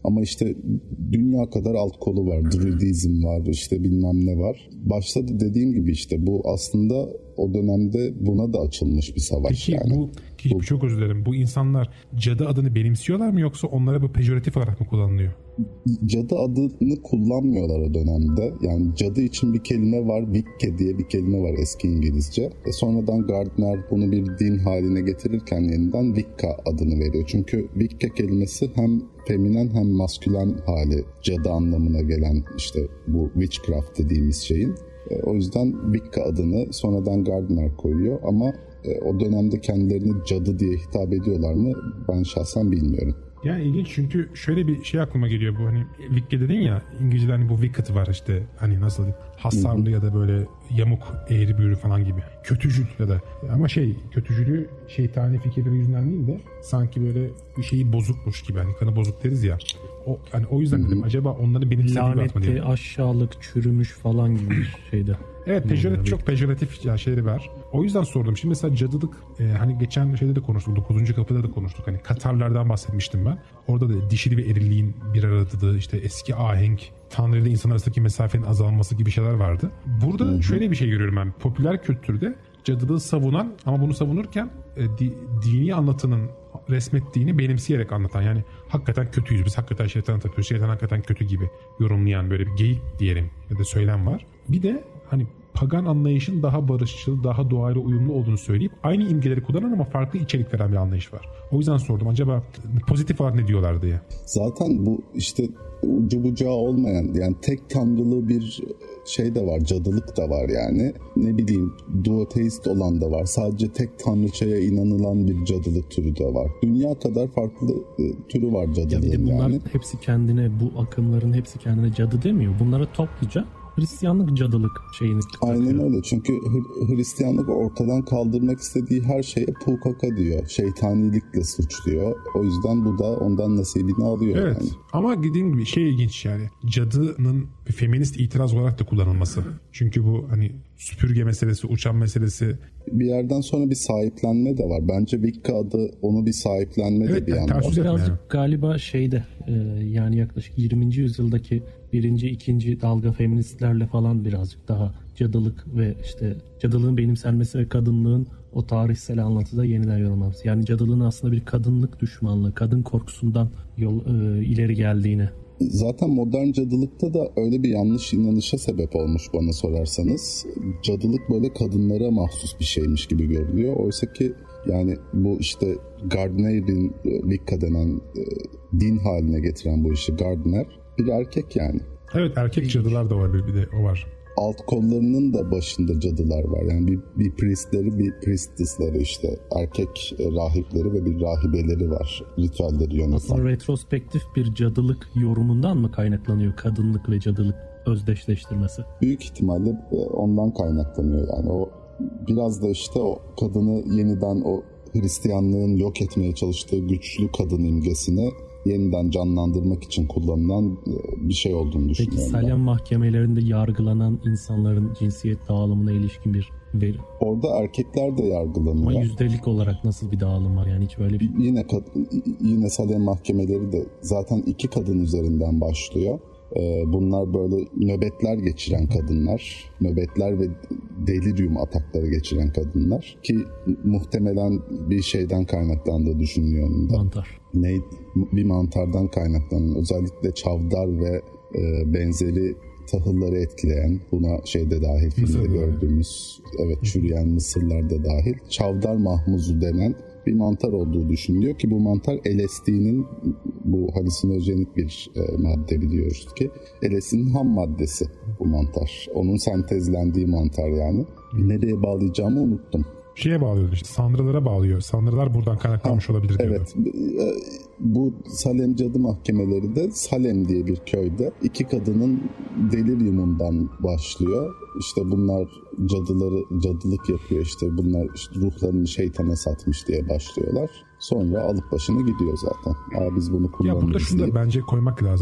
Ama işte dünya kadar alt kolu var. Druidizm var, işte bilmem ne var. Başta da dediğim gibi işte bu aslında o dönemde buna da açılmış bir savaş. Peki yani. bu, bu çok özür dilerim. Bu insanlar cadı adını benimsiyorlar mı yoksa onlara bu pejoratif olarak mı kullanılıyor? Cadı adını kullanmıyorlar o dönemde. Yani cadı için bir kelime var. Wicca diye bir kelime var eski İngilizce. E sonradan Gardner bunu bir din haline getirirken yeniden Wicca adını veriyor. Çünkü Wicca kelimesi hem feminen hem maskülen hali, cadı anlamına gelen işte bu witchcraft dediğimiz şeyin. E, o yüzden Wicca adını sonradan Gardner koyuyor ama e, o dönemde kendilerini cadı diye hitap ediyorlar mı ben şahsen bilmiyorum. Yani ilginç çünkü şöyle bir şey aklıma geliyor bu hani Wicca dedin ya İngilizce'de hani bu wicked var işte hani nasıl diyeyim hasarlı ya da böyle yamuk eğri büğrü falan gibi kötücül ya da ama şey kötücülü şeytani fikirleri yüzünden değil de sanki böyle bir şeyi bozukmuş gibi hani kanı bozuk deriz ya o hani o yüzden dedim acaba onları benimsediği bir atma diye. Lanetli, aşağılık, çürümüş falan gibi bir şeyde. Evet pejoratif çok pejoratif ya şeyleri var. O yüzden sordum. Şimdi mesela cadılık e, hani geçen şeyde de konuştuk. dokuzuncu kapıda da konuştuk. Hani Katarlardan bahsetmiştim ben. Orada da dişili ve eriliğin bir aradadığı işte eski ahenk, Tanrı ile insan arasındaki mesafenin azalması gibi şeyler vardı. Burada Hı-hı. şöyle bir şey görüyorum ben. Popüler kültürde cadılığı savunan ama bunu savunurken e, di, dini anlatının resmettiğini benimseyerek anlatan yani hakikaten kötüyüz biz hakikaten şeytanı tapıyoruz şeytan hakikaten kötü gibi yorumlayan böyle bir geyik diyelim ya da söylem var. Bir de hani pagan anlayışın daha barışçıl, daha doğayla uyumlu olduğunu söyleyip aynı imgeleri kullanan ama farklı içerik veren bir anlayış var. O yüzden sordum acaba pozitif olarak ne diyorlar diye. Zaten bu işte ucu bucağı olmayan yani tek tanrılı bir şey de var, cadılık da var yani. Ne bileyim duoteist olan da var. Sadece tek tanrıçaya inanılan bir cadılık türü de var. Dünya kadar farklı e, türü var cadılığın yani. Ya bir de bunlar yani. Hepsi kendine bu akımların hepsi kendine cadı demiyor. Bunlara topluca Hristiyanlık cadılık şeyini takıyor. Aynen öyle çünkü Hristiyanlık ortadan kaldırmak istediği her şeye pukaka diyor. Şeytanilikle suçluyor. O yüzden bu da ondan nasibini alıyor. Evet yani. Ama dediğim gibi şey ilginç yani cadının bir feminist itiraz olarak da kullanılması. Çünkü bu hani süpürge meselesi, uçan meselesi. Bir yerden sonra bir sahiplenme de var. Bence Wicca adı onu bir sahiplenme evet, de bir yandan. Birazcık yani. Galiba şeyde e, yani yaklaşık yirminci yüzyıldaki birinci, ikinci dalga feministlerle falan birazcık daha cadılık ve işte cadılığın benimsenmesi ve kadınlığın o tarihsel anlatıda yeniden yorumlanması. Yani cadılığın aslında bir kadınlık düşmanlığı, kadın korkusundan yol e, ileri geldiğini. Zaten modern cadılıkta da öyle bir yanlış inanışa sebep olmuş bana sorarsanız. Cadılık böyle kadınlara mahsus bir şeymiş gibi görülüyor. Oysa ki yani bu işte Gardner'in Wicca denen e, din haline getiren bu işi Gardner bir erkek yani. Evet erkek cadılar da var bir, bir de o var. Alt kollarının da başında cadılar var. Yani bir, bir priestleri bir priestessleri işte erkek rahipleri ve bir rahibeleri var. Ritüelleri yöneten. Aslında retrospektif bir cadılık yorumundan mı kaynaklanıyor kadınlık ve cadılık özdeşleştirmesi? Büyük ihtimalle ondan kaynaklanıyor yani o biraz da işte o kadını yeniden o Hristiyanlığın yok etmeye çalıştığı güçlü kadın imgesini yeniden canlandırmak için kullanılan bir şey olduğunu düşünüyorum. Peki Salem mahkemelerinde yargılanan insanların cinsiyet dağılımına ilişkin bir veri. Orada erkekler de yargılanıyor. Ama yüzdelik olarak nasıl bir dağılım var yani hiç böyle bir... Yine, yine Salem mahkemeleri de zaten iki kadın üzerinden başlıyor. Bunlar böyle nöbetler geçiren kadınlar, nöbetler ve delirium atakları geçiren kadınlar ki muhtemelen bir şeyden kaynaklandığı düşünülüyor. Mantar. Ne, bir mantardan kaynaklanan özellikle çavdar ve e, benzeri tahılları etkileyen buna şeyde dahil filmde gördüğümüz evet çürüyen mısırlar da dahil çavdar mahmuzu denen bir mantar olduğu düşünülüyor ki bu mantar L S D'nin bu halüsinojenik bir e, madde biliyoruz ki L S D'nin ham maddesi bu mantar. Onun sentezlendiği mantar yani. Nereye bağlayacağımı unuttum. Şeye bağlıyor işte sanrılara bağlıyor. Sanrılar buradan kaynaklanmış ha, olabilir diyordu. Evet. Bu Salem cadı mahkemeleri de Salem diye bir köyde iki kadının deliriumundan başlıyor. İşte bunlar cadıları cadılık yapıyor işte bunlar işte ruhlarını şeytana satmış diye başlıyorlar. Sonra alıp başını gidiyor zaten. Aa, biz bunu kullanırız. Ya burada şunu da bence koymak lazım.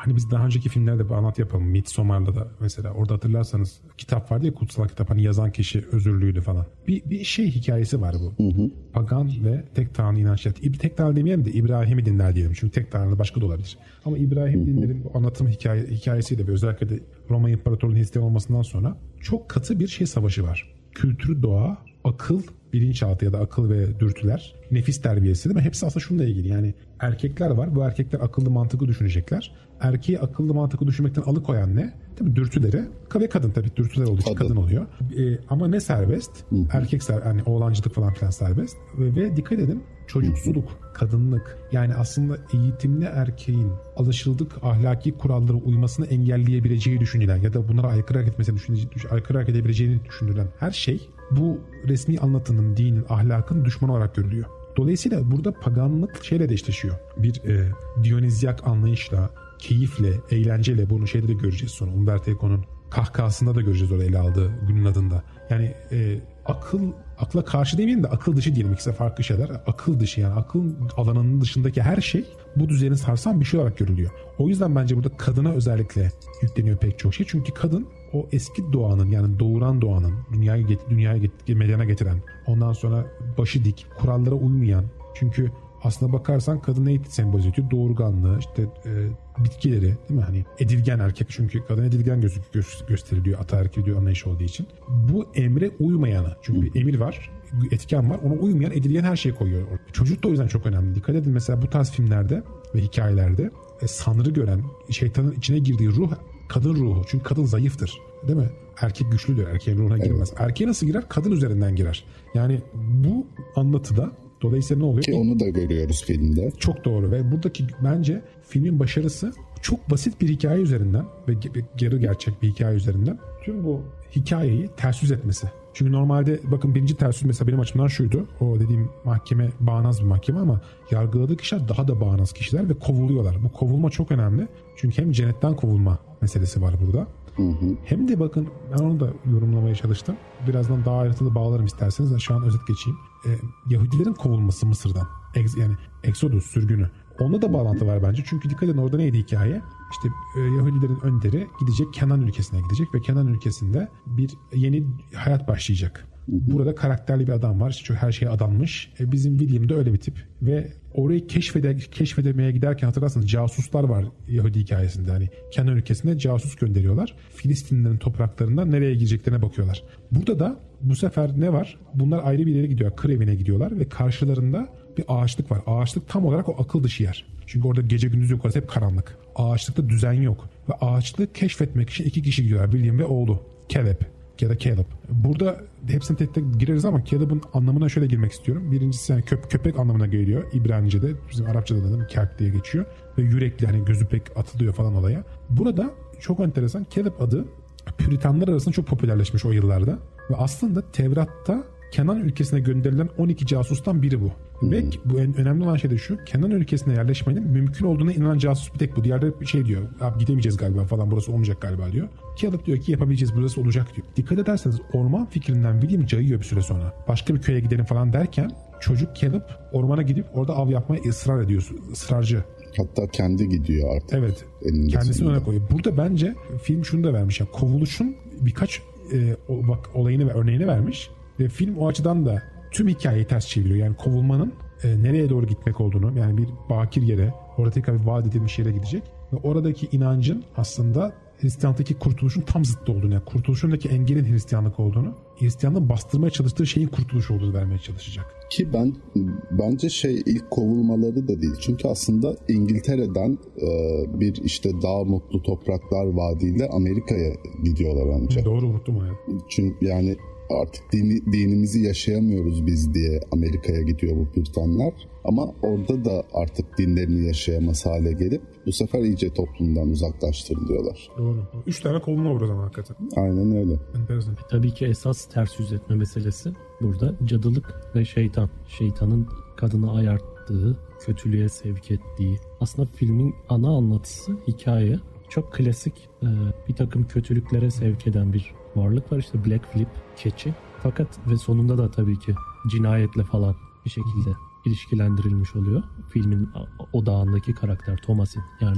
Hani biz daha önceki filmlerde bir anlat yapalım. Midsommar'da da mesela orada hatırlarsanız kitap vardı ya, kutsal kitap, hani yazan kişi özürlüydü falan. Bir, bir şey hikayesi var bu. Hı hı. Pagan ve tek tanrı inançları. Tek tanrı demeyelim de İbrahim'i dinler diyelim. Çünkü tek tanrı başka da olabilir. Ama İbrahim dinlerin bu anlatım hikaye, hikayesiyle ve özellikle de Roma İmparatorluğu'nun Hristiyan olmasından sonra çok katı bir şey savaşı var. Kültür, doğa, akıl, bilinçaltı ya da akıl ve dürtüler, nefis terbiyesi değil mi? Hepsi aslında şununla ilgili. Yani erkekler var. Bu erkekler akıllı mantıklı düşünecekler. Erkeği akıllı mantıklı düşünmekten alıkoyan ne? Tabii dürtüleri. Ve kadın tabii dürtüler olduğu için kadın, kadın oluyor. Ee, ama ne serbest? Hı. Erkek serbest. Yani oğlancılık falan filan serbest. Ve, ve dikkat edin, çocuksuluk, kadınlık, yani aslında eğitimli erkeğin alışıldık ahlaki kurallara uymasını engelleyebileceği düşünülen ya da bunlara aykırı hareket etmesine aykırı hareket edebileceğini düşünülen her şey bu resmi anlatının, dinin, ahlakın düşmanı olarak görülüyor. Dolayısıyla burada paganlık şeyle de eşleşiyor. Bir e, Dionizyak anlayışla, keyifle, eğlenceyle, bunu şeyde de göreceğiz sonra. Umberto Eco'nun kahkahasında da göreceğiz orada ele aldığı günün adında. Yani e, akıl, akla karşı demeyelim de akıl dışı diyelim, ikisi farklı şeyler. Akıl dışı, yani akıl alanının dışındaki her şey bu düzeni sarsan bir şey olarak görülüyor. O yüzden bence burada kadına özellikle yükleniyor pek çok şey. Çünkü kadın o eski doğanın, yani doğuran doğanın, dünyayı dünyaya meydana getiren, ondan sonra başı dik, kurallara uymayan, çünkü aslına bakarsan kadın neyi sembolize ediyor? Doğurganlığı, işte e, bitkileri, değil mi? Hani edilgen erkek, çünkü kadın edilgen gözü gö- gösteriliyor, ataerkil diyor anlayış olduğu için. Bu emre uymayanı, çünkü bir emir var, etken var, ona uymayan edilgen her şeyi koyuyor. Çocuk da o yüzden çok önemli. Dikkat edin mesela bu tarz filmlerde ve hikayelerde e, sanrı gören, şeytanın içine girdiği ruh kadın ruhu. Çünkü kadın zayıftır. Değil mi? Erkek güçlüdür. Erkeğin ruhuna girmez. Evet. Erkeğe nasıl girer? Kadın üzerinden girer. Yani bu anlatıda dolayısıyla ne oluyor? Ki onu da görüyoruz filmde. Çok doğru ve buradaki bence filmin başarısı çok basit bir hikaye üzerinden ve yarı gerçek bir hikaye üzerinden tüm bu hikayeyi ters yüz etmesi. Çünkü normalde bakın birinci ters yüz mesela benim açımdan şuydu. O dediğim mahkeme bağnaz bir mahkeme ama yargıladığı kişiler daha da bağnaz kişiler ve kovuluyorlar. Bu kovulma çok önemli. Çünkü hem cennetten kovulma meselesi var burada. Hı hı. Hem de bakın ben onu da yorumlamaya çalıştım. Birazdan daha ayrıntılı bağlarım isterseniz. Şu an özet geçeyim. Ee, Yahudilerin kovulması Mısır'dan. Ex, yani Exodus sürgünü. Onda da bağlantı var bence. Çünkü dikkat edin orada neydi hikaye? İşte e, Yahudilerin önderi gidecek, Kenan ülkesine gidecek ve Kenan ülkesinde bir yeni hayat başlayacak. Burada karakterli bir adam var. Çünkü her şeye adanmış. E, bizim William da öyle bir tip. Ve orayı keşfede, keşfedemeye giderken hatırlarsanız casuslar var Yahudi hikayesinde. Hani Kenan ülkesine casus gönderiyorlar. Filistinlerin topraklarından nereye gideceklerine bakıyorlar. Burada da bu sefer ne var? Bunlar ayrı bir yere gidiyor. Kır evine gidiyorlar ve karşılarında bir ağaçlık var. Ağaçlık tam olarak o akıl dışı yer. Çünkü orada gece gündüz yok. Orası hep karanlık. Ağaçlıkta düzen yok. Ve ağaçlığı keşfetmek için iki kişi gidiyorlar. William ve oğlu. Caleb. Ya da Caleb. Burada hepsine tek tek gireriz ama Caleb'ın anlamına şöyle girmek istiyorum. Birincisi yani köp köpek anlamına geliyor. İbranice'de, bizim Arapçada da Kelp diye geçiyor. Ve yürekli, hani gözü pek atılıyor falan olaya. Burada çok enteresan, Caleb adı Püritanlar arasında çok popülerleşmiş o yıllarda. Ve aslında Tevrat'ta Kenan ülkesine gönderilen on iki casustan biri bu. Hmm. Ve bu en önemli olan şey de şu: Kenan ülkesine yerleşmenin mümkün olduğuna inanan casus bir tek bu. Diğerleri bir şey diyor. Abi gidemeyeceğiz galiba falan, burası olmayacak galiba diyor. Caleb diyor ki yapabileceğiz, burası olacak diyor. Dikkat ederseniz orman fikrinden William cayıyor bir süre sonra. Başka bir köye gidelim falan derken çocuk Caleb ormana gidip orada av yapmaya ısrar ediyor. Israrcı. Hatta kendi gidiyor artık. Evet. Kendisini öne koyuyor. Burada bence film şunu da vermiş. Yani kovuluşun birkaç e, o, bak, olayını ve örneğini vermiş. Ve film o açıdan da tüm hikayeyi ters çeviriyor. Yani kovulmanın e, nereye doğru gitmek olduğunu, yani bir bakir yere, orada tekrar bir vaat edilmiş yere gidecek. Ve oradaki inancın aslında Hristiyanlıktaki kurtuluşun tam zıttı olduğunu, yani kurtuluşundaki engelin Hristiyanlık olduğunu, Hristiyanlığın bastırmaya çalıştığı şeyin kurtuluş olduğunu vermeye çalışacak. Ki ben bence şey ilk kovulmaları da değil. Çünkü aslında İngiltere'den e, bir işte daha mutlu topraklar vaadiyle Amerika'ya gidiyorlar önce. Doğru, unuttum hayat. Çünkü yani artık dini, dinimizi yaşayamıyoruz biz diye Amerika'ya gidiyor bu Püritenler. Ama orada da artık dinlerini yaşayamaz hale gelip bu sefer iyice toplumdan uzaklaştırılıyorlar. Doğru. Üç tane kovulma var o zaman hakikaten. Aynen öyle. Enteresan. Tabii ki esas ters yüz etme meselesi burada cadılık ve şeytan. Şeytanın kadını ayarttığı, kötülüğe sevk ettiği. Aslında filmin ana anlatısı, hikaye çok klasik e, bir takım kötülüklere sevk eden bir varlık var. İşte Black Phillip, keçi. Fakat ve sonunda da tabii ki cinayetle falan bir şekilde ilişkilendirilmiş oluyor. Filmin odağındaki karakter Thomas'in, yani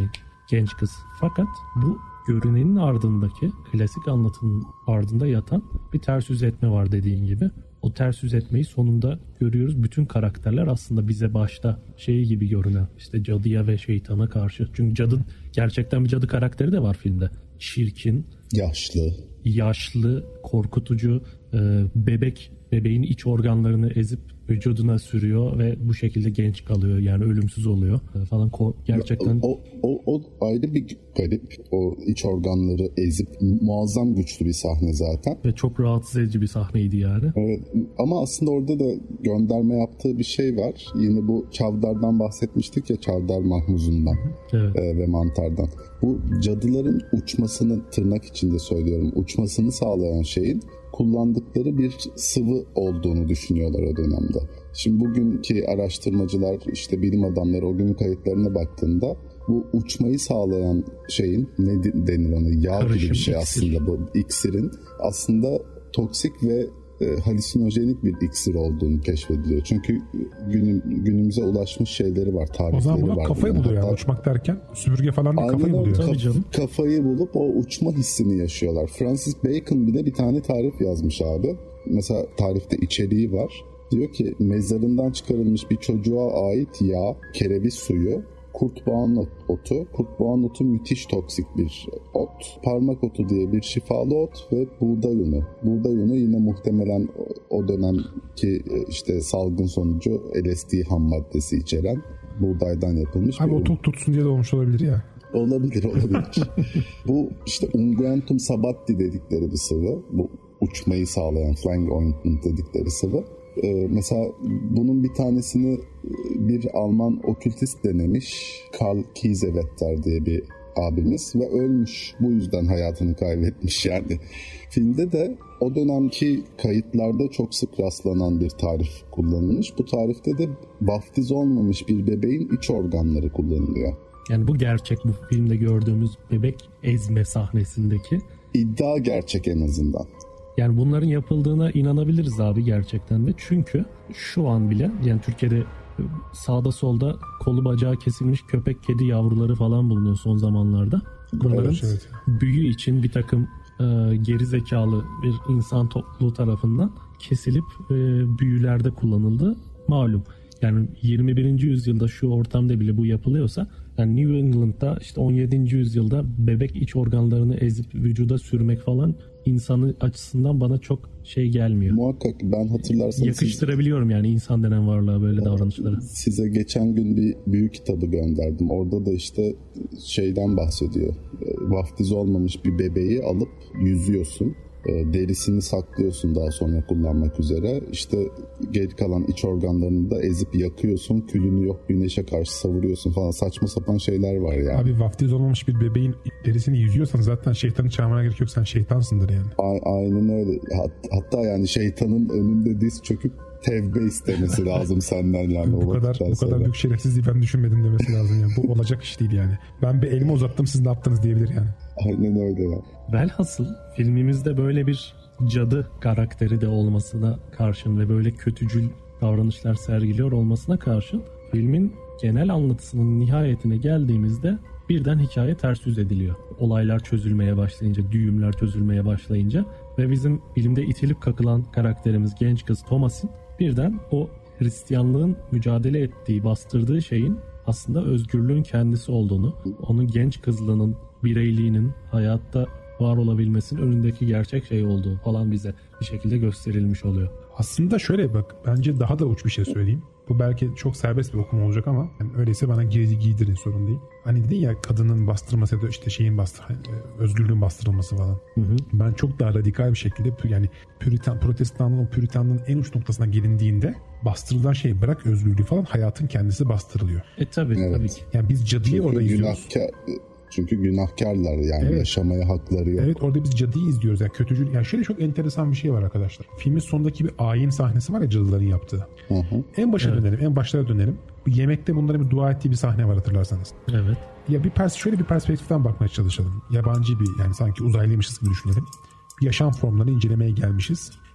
genç kız. Fakat bu görünenin ardındaki, klasik anlatının ardında yatan bir ters yüz etme var dediğim gibi. O ters yüz etmeyi sonunda görüyoruz. Bütün karakterler aslında bize başta şey gibi görünen, işte cadıya ve şeytana karşı. Çünkü cadı, gerçekten bir cadı karakteri de var filmde. Çirkin, yaşlı, yaşlı, korkutucu, bebek, bebeğin iç organlarını ezip vücuduna sürüyor ve bu şekilde genç kalıyor, yani ölümsüz oluyor falan. Gerçekten o, o, o ayrı bir garip, o iç organları ezip muazzam güçlü bir sahne zaten ve çok rahatsız edici bir sahneydi yani. Evet, ama aslında orada da gönderme yaptığı bir şey var. Yine bu Çavdar'dan bahsetmiştik ya, Çavdar mahmuzundan evet. e, ve mantardan. Bu cadıların uçmasını, tırnak içinde söylüyorum, uçmasını sağlayan şeyin kullandıkları bir sıvı olduğunu düşünüyorlar o dönemde. Şimdi bugünkü araştırmacılar, işte bilim adamları o günün kayıtlarına baktığında bu uçmayı sağlayan şeyin, ne denir ona, yağ Karışım, gibi bir şey iksir. aslında, bu iksirin aslında toksik ve e, halüsinojenik bir iksir olduğunu keşfediliyor. Çünkü günüm, günümüze ulaşmış şeyleri var, tarifleri var. O zaman buna kafayı buluyor yani, uçmak derken süpürge falan değil, kafayı buluyor. Kaf, kafayı bulup o uçma hissini yaşıyorlar. Francis Bacon bile bir tane tarif yazmış abi. Mesela tarifte içeriği var. Diyor ki mezarından çıkarılmış bir çocuğa ait yağ, kereviz suyu, kurtboğan otu. Kurtboğan otu müthiş toksik bir ot. Parmak otu diye bir şifalı ot ve buğday unu. Buğday unu yine muhtemelen o dönemki işte salgın sonucu L S D ham maddesi içeren buğdaydan yapılmış abi bir un. Abi o tok tutsun diye de olmuş olabilir ya. Olabilir, olabilir. Bu işte unguentum sabatti dedikleri bir sıvı. Bu uçmayı sağlayan flying ointment dedikleri sıvı. Ee, mesela bunun bir tanesini bir Alman okültist denemiş. Karl Kiesewetter diye bir abimiz ve ölmüş. Bu yüzden hayatını kaybetmiş yani. Filmde de o dönemki kayıtlarda çok sık rastlanan bir tarif kullanılmış. Bu tarifte de vaftiz olmamış bir bebeğin iç organları kullanılıyor. Yani bu gerçek, bu filmde gördüğümüz bebek ezme sahnesindeki. İddia gerçek en azından. Yani bunların yapıldığına inanabiliriz abi gerçekten de. Çünkü şu an bile yani Türkiye'de sağda solda kolu bacağı kesilmiş köpek kedi yavruları falan bulunuyor son zamanlarda. Bunların evet, evet. büyü için bir takım e, geri zekalı bir insan topluluğu tarafından kesilip e, büyülerde kullanıldı malum. Yani yirmi birinci yüzyılda şu ortamda bile bu yapılıyorsa, yani New England'da işte on yedinci yüzyılda bebek iç organlarını ezip vücuda sürmek falan insanı açısından bana çok şey gelmiyor. Muhakkak ben hatırlarsanız... Yakıştırabiliyorum yani insan denen varlığa böyle davranışları. Size geçen gün bir büyük kitabı gönderdim. Orada da işte şeyden bahsediyor. Vaftiz olmamış bir bebeği alıp yüzüyorsun. Derisini saklıyorsun daha sonra kullanmak üzere. İşte geri kalan iç organlarını da ezip yakıyorsun. Külünü yok güneşe karşı savuruyorsun falan. Saçma sapan şeyler var yani. Abi vaftiz olmamış bir bebeğin derisini yüzüyorsan zaten şeytanı çağırmana gerek yok. Sen şeytansındır yani. A- aynen öyle. Hat- hatta yani şeytanın önünde diz çöküp tevbe istemesi lazım senden yani. bu kadar bu kadar büyük şerefsizliği ben düşünmedim demesi lazım yani. Bu olacak iş değil yani. Ben bir elimi uzattım, siz ne yaptınız diyebilir yani. Aynen öyle ya. Velhasıl filmimizde böyle bir cadı karakteri de olmasına karşın ve böyle kötücül davranışlar sergiliyor olmasına karşın filmin genel anlatısının nihayetine geldiğimizde birden hikaye ters yüz ediliyor. Olaylar çözülmeye başlayınca, düğümler çözülmeye başlayınca ve bizim filmde itilip kakılan karakterimiz genç kız Thomas'ın birden o Hristiyanlığın mücadele ettiği, bastırdığı şeyin aslında özgürlüğün kendisi olduğunu, onun genç kızlığının, bireyliğinin hayatta var olabilmesinin önündeki gerçek şey olduğu falan bize bir şekilde gösterilmiş oluyor. Aslında şöyle bak, bence daha da uç bir şey söyleyeyim. Bu belki çok serbest bir okuma olacak ama yani öyleyse bana giydi giydirin, sorun değil. Hani dedin ya kadının bastırması ya da işte şeyin bastır, özgürlüğün bastırılması falan. Hı hı. Ben çok daha radikal bir şekilde yani Puritan, protestanlığın o Puritanlığın en uç noktasına gelindiğinde bastırılan şey, bırak özgürlüğü falan, hayatın kendisi bastırılıyor. E tabii evet. tabii ki. Yani biz cadıyı Çünkü orada izliyoruz. Günahkar, çünkü günahkarlar yani, evet. Yaşamaya hakları yok. Evet, orada biz cadıyı izliyoruz. Yani kötücül. Yani şöyle çok enteresan bir şey var arkadaşlar. Filmin sonundaki bir ayin sahnesi var ya, cadıların yaptığı. Hı hı. En başa evet. dönelim. En başlara dönelim. Bir yemekte bunların bir dua ettiği bir sahne var, hatırlarsanız. Evet. Ya bir pers şöyle bir perspektiften bakmaya çalışalım. Yabancı bir, yani sanki uzaylıymışız gibi düşünelim. Yaşam formlarını incelemeye gelmişiz.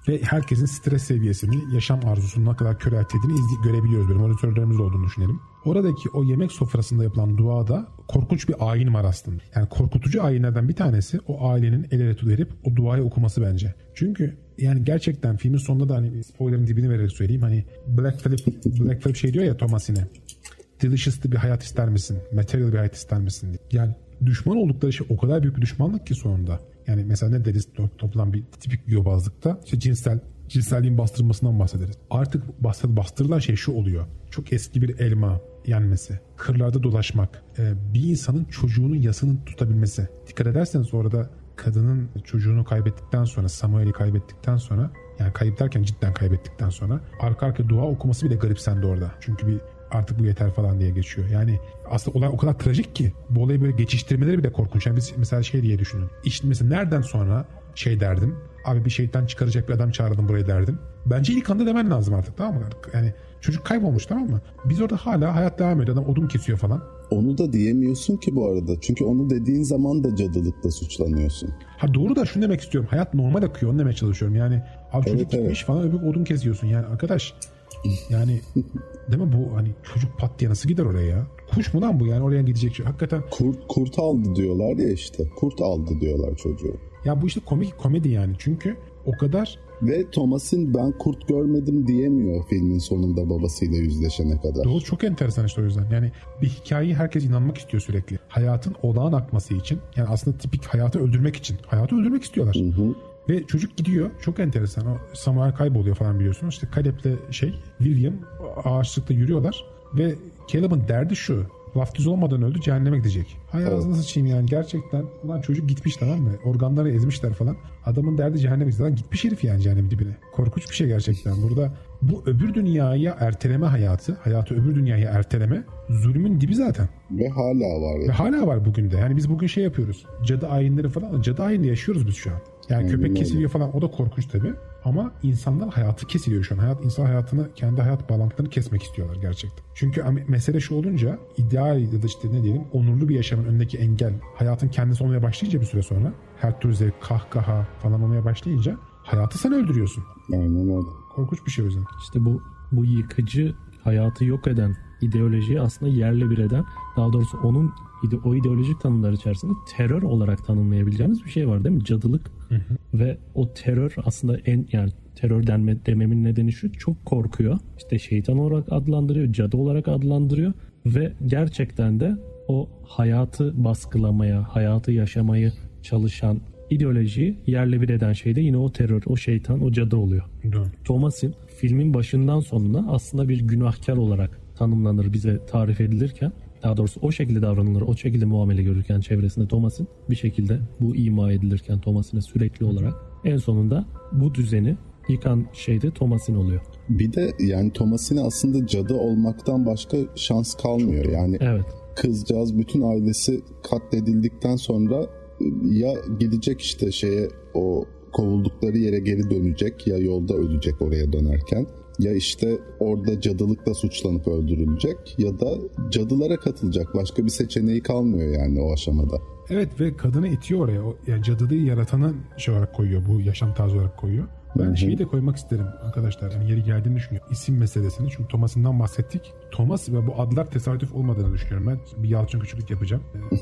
Ve herkesin stres seviyesini, yaşam arzusunu ne kadar körelttiğini izle- görebiliyoruz. Böyle monitörlerimiz olduğunu düşünelim. Oradaki o yemek sofrasında yapılan duada korkunç bir ayin var aslında. Yani korkutucu ayinlerden bir tanesi o ailenin el ele verip o duayı okuması bence. Çünkü yani gerçekten filmin sonunda da hani spoiler'ın dibini vererek söyleyeyim. Hani Black Phillip, Black Phillip şey diyor ya Thomasine. Delicious'lı bir hayat ister misin? Material bir hayat ister misin? Yani düşman oldukları şey o kadar büyük bir düşmanlık ki sonunda. Yani mesela ne deriz toplam bir tipik yobazlıkta? İşte cinsel, cinselliğin bastırılmasından bahsederiz. Artık bastır, bastırılan şey şu oluyor. Çok eski bir elma yenmesi, kırlarda dolaşmak, bir insanın çocuğunun yasını tutabilmesi. Dikkat ederseniz orada kadının çocuğunu kaybettikten sonra, Samuel'i kaybettikten sonra, yani kayıp derken cidden kaybettikten sonra arka arka dua okuması bile garipsendi orada. Çünkü bir artık bu yeter falan diye geçiyor. Yani aslında olay o kadar trajik ki bu olayı böyle geçiştirmeleri bile korkunç. Yani biz mesela şey diye düşünün. İşte mesela nereden sonra şey derdim. Abi bir şeytan çıkaracak bir adam çağırdım buraya derdim. Bence ilk anda demen lazım artık, tamam mı? Yani çocuk kaybolmuş, tamam mı? Biz orada hala hayat devam ediyor. Adam odun kesiyor falan. Onu da diyemiyorsun ki bu arada. Çünkü onu dediğin zaman da cadılıkla suçlanıyorsun. Ha doğru da şunu demek istiyorum. Hayat normal akıyor. Onu demeye çalışıyorum. Yani abi çocuk evet, gitmiş evet. falan öbür odun kesiyorsun. Yani arkadaş yani değil mi bu hani çocuk pat diye nasıl gider oraya ya? Kuş mu lan bu yani oraya gidecek şey? Hakikaten. Kurt, kurt aldı diyorlar ya işte. Kurt aldı diyorlar çocuğu. Ya bu işte komik komedi yani. Çünkü o kadar. Ve Thomas'in ben kurt görmedim diyemiyor filmin sonunda babasıyla yüzleşene kadar. Doğru, çok enteresan işte o yüzden. Yani bir hikayeyi herkes inanmak istiyor sürekli. Hayatın olağan akması için. Yani aslında tipik hayatı öldürmek için. Hayatı öldürmek istiyorlar. Hı hı. Ve çocuk gidiyor. Çok enteresan. O Samuel kayboluyor falan biliyorsunuz. İşte Caleb'le şey William ağaçlıkta yürüyorlar. Ve Caleb'ın derdi şu. Vaftiz olmadan öldü, cehenneme gidecek. Hay evet. Ağzına sıçayım yani gerçekten. Ulan çocuk gitmiş, tamam mı? Organları ezmişler falan. Adamın derdi cehenneme gidecek. Gitmiş herif yani cehennem dibine. Korkunç bir şey gerçekten. Burada bu öbür dünyaya erteleme hayatı, hayatı öbür dünyaya erteleme zulmün dibi zaten. Ve hala var. Ya. Ve hala var bugün de. Yani biz bugün şey yapıyoruz. Cadı ayinleri falan. Cadı ayini yaşıyoruz biz şu an. Yani hmm, köpek kesiliyor falan. O da korkunç tabii. Ama insanlar hayatı kesiliyor şu an. Hayat, insan hayatını, kendi hayat bağlantılarını kesmek istiyorlar gerçekten. Çünkü mesele şu olunca, ideal ya da işte ne diyelim, onurlu bir yaşamın önündeki engel, hayatın kendisi olmaya başlayınca bir süre sonra, her türlü zevk, kahkaha falan olmaya başlayınca hayatı sen öldürüyorsun. Aynen öyle. Korkunç bir şey o yüzden. İşte bu bu yıkıcı, hayatı yok eden ideolojiyi aslında yerle bir eden, daha doğrusu onun o ideolojik tanımlar içerisinde terör olarak tanımlayabileceğimiz bir şey var değil mi? Cadılık. Hı hı. Ve o terör aslında en yani terör denme, dememin nedeni şu: çok korkuyor. İşte şeytan olarak adlandırıyor, cadı olarak adlandırıyor ve gerçekten de o hayatı baskılamaya, hayatı yaşamayı çalışan ideolojiyi yerle bir eden şey de yine o terör, o şeytan, o cadı oluyor. Doğru. Thomas'in filmin başından sonuna aslında bir günahkar olarak tanımlanır, bize tarif edilirken, daha doğrusu o şekilde davranılır, o şekilde muamele görürken çevresinde Thomas'in, bir şekilde bu ima edilirken Thomas'ine sürekli olarak en sonunda bu düzeni yıkan şey de Thomas'in oluyor. Bir de yani Thomas'in aslında cadı olmaktan başka şans kalmıyor. Yani evet. Kızcağız bütün ailesi katledildikten sonra ya gidecek işte şeye, o kovuldukları yere geri dönecek, ya yolda ölecek oraya dönerken, ya işte orada cadılıkla suçlanıp öldürülecek ya da cadılara katılacak. Başka bir seçeneği kalmıyor yani o aşamada. Evet ve kadını itiyor oraya. O, yani cadılığı yaratanı şey olarak koyuyor, bu yaşam tarzı olarak koyuyor. Ben Hı-hı. şeyi de koymak isterim arkadaşlar. Yani yeri geldiğini düşünüyorum. İsim meselesini. Çünkü Thomas'ından bahsettik. Thomas ve bu adlar tesadüf olmadığını düşünüyorum. Ben bir Yalçın Küçüklük yapacağım.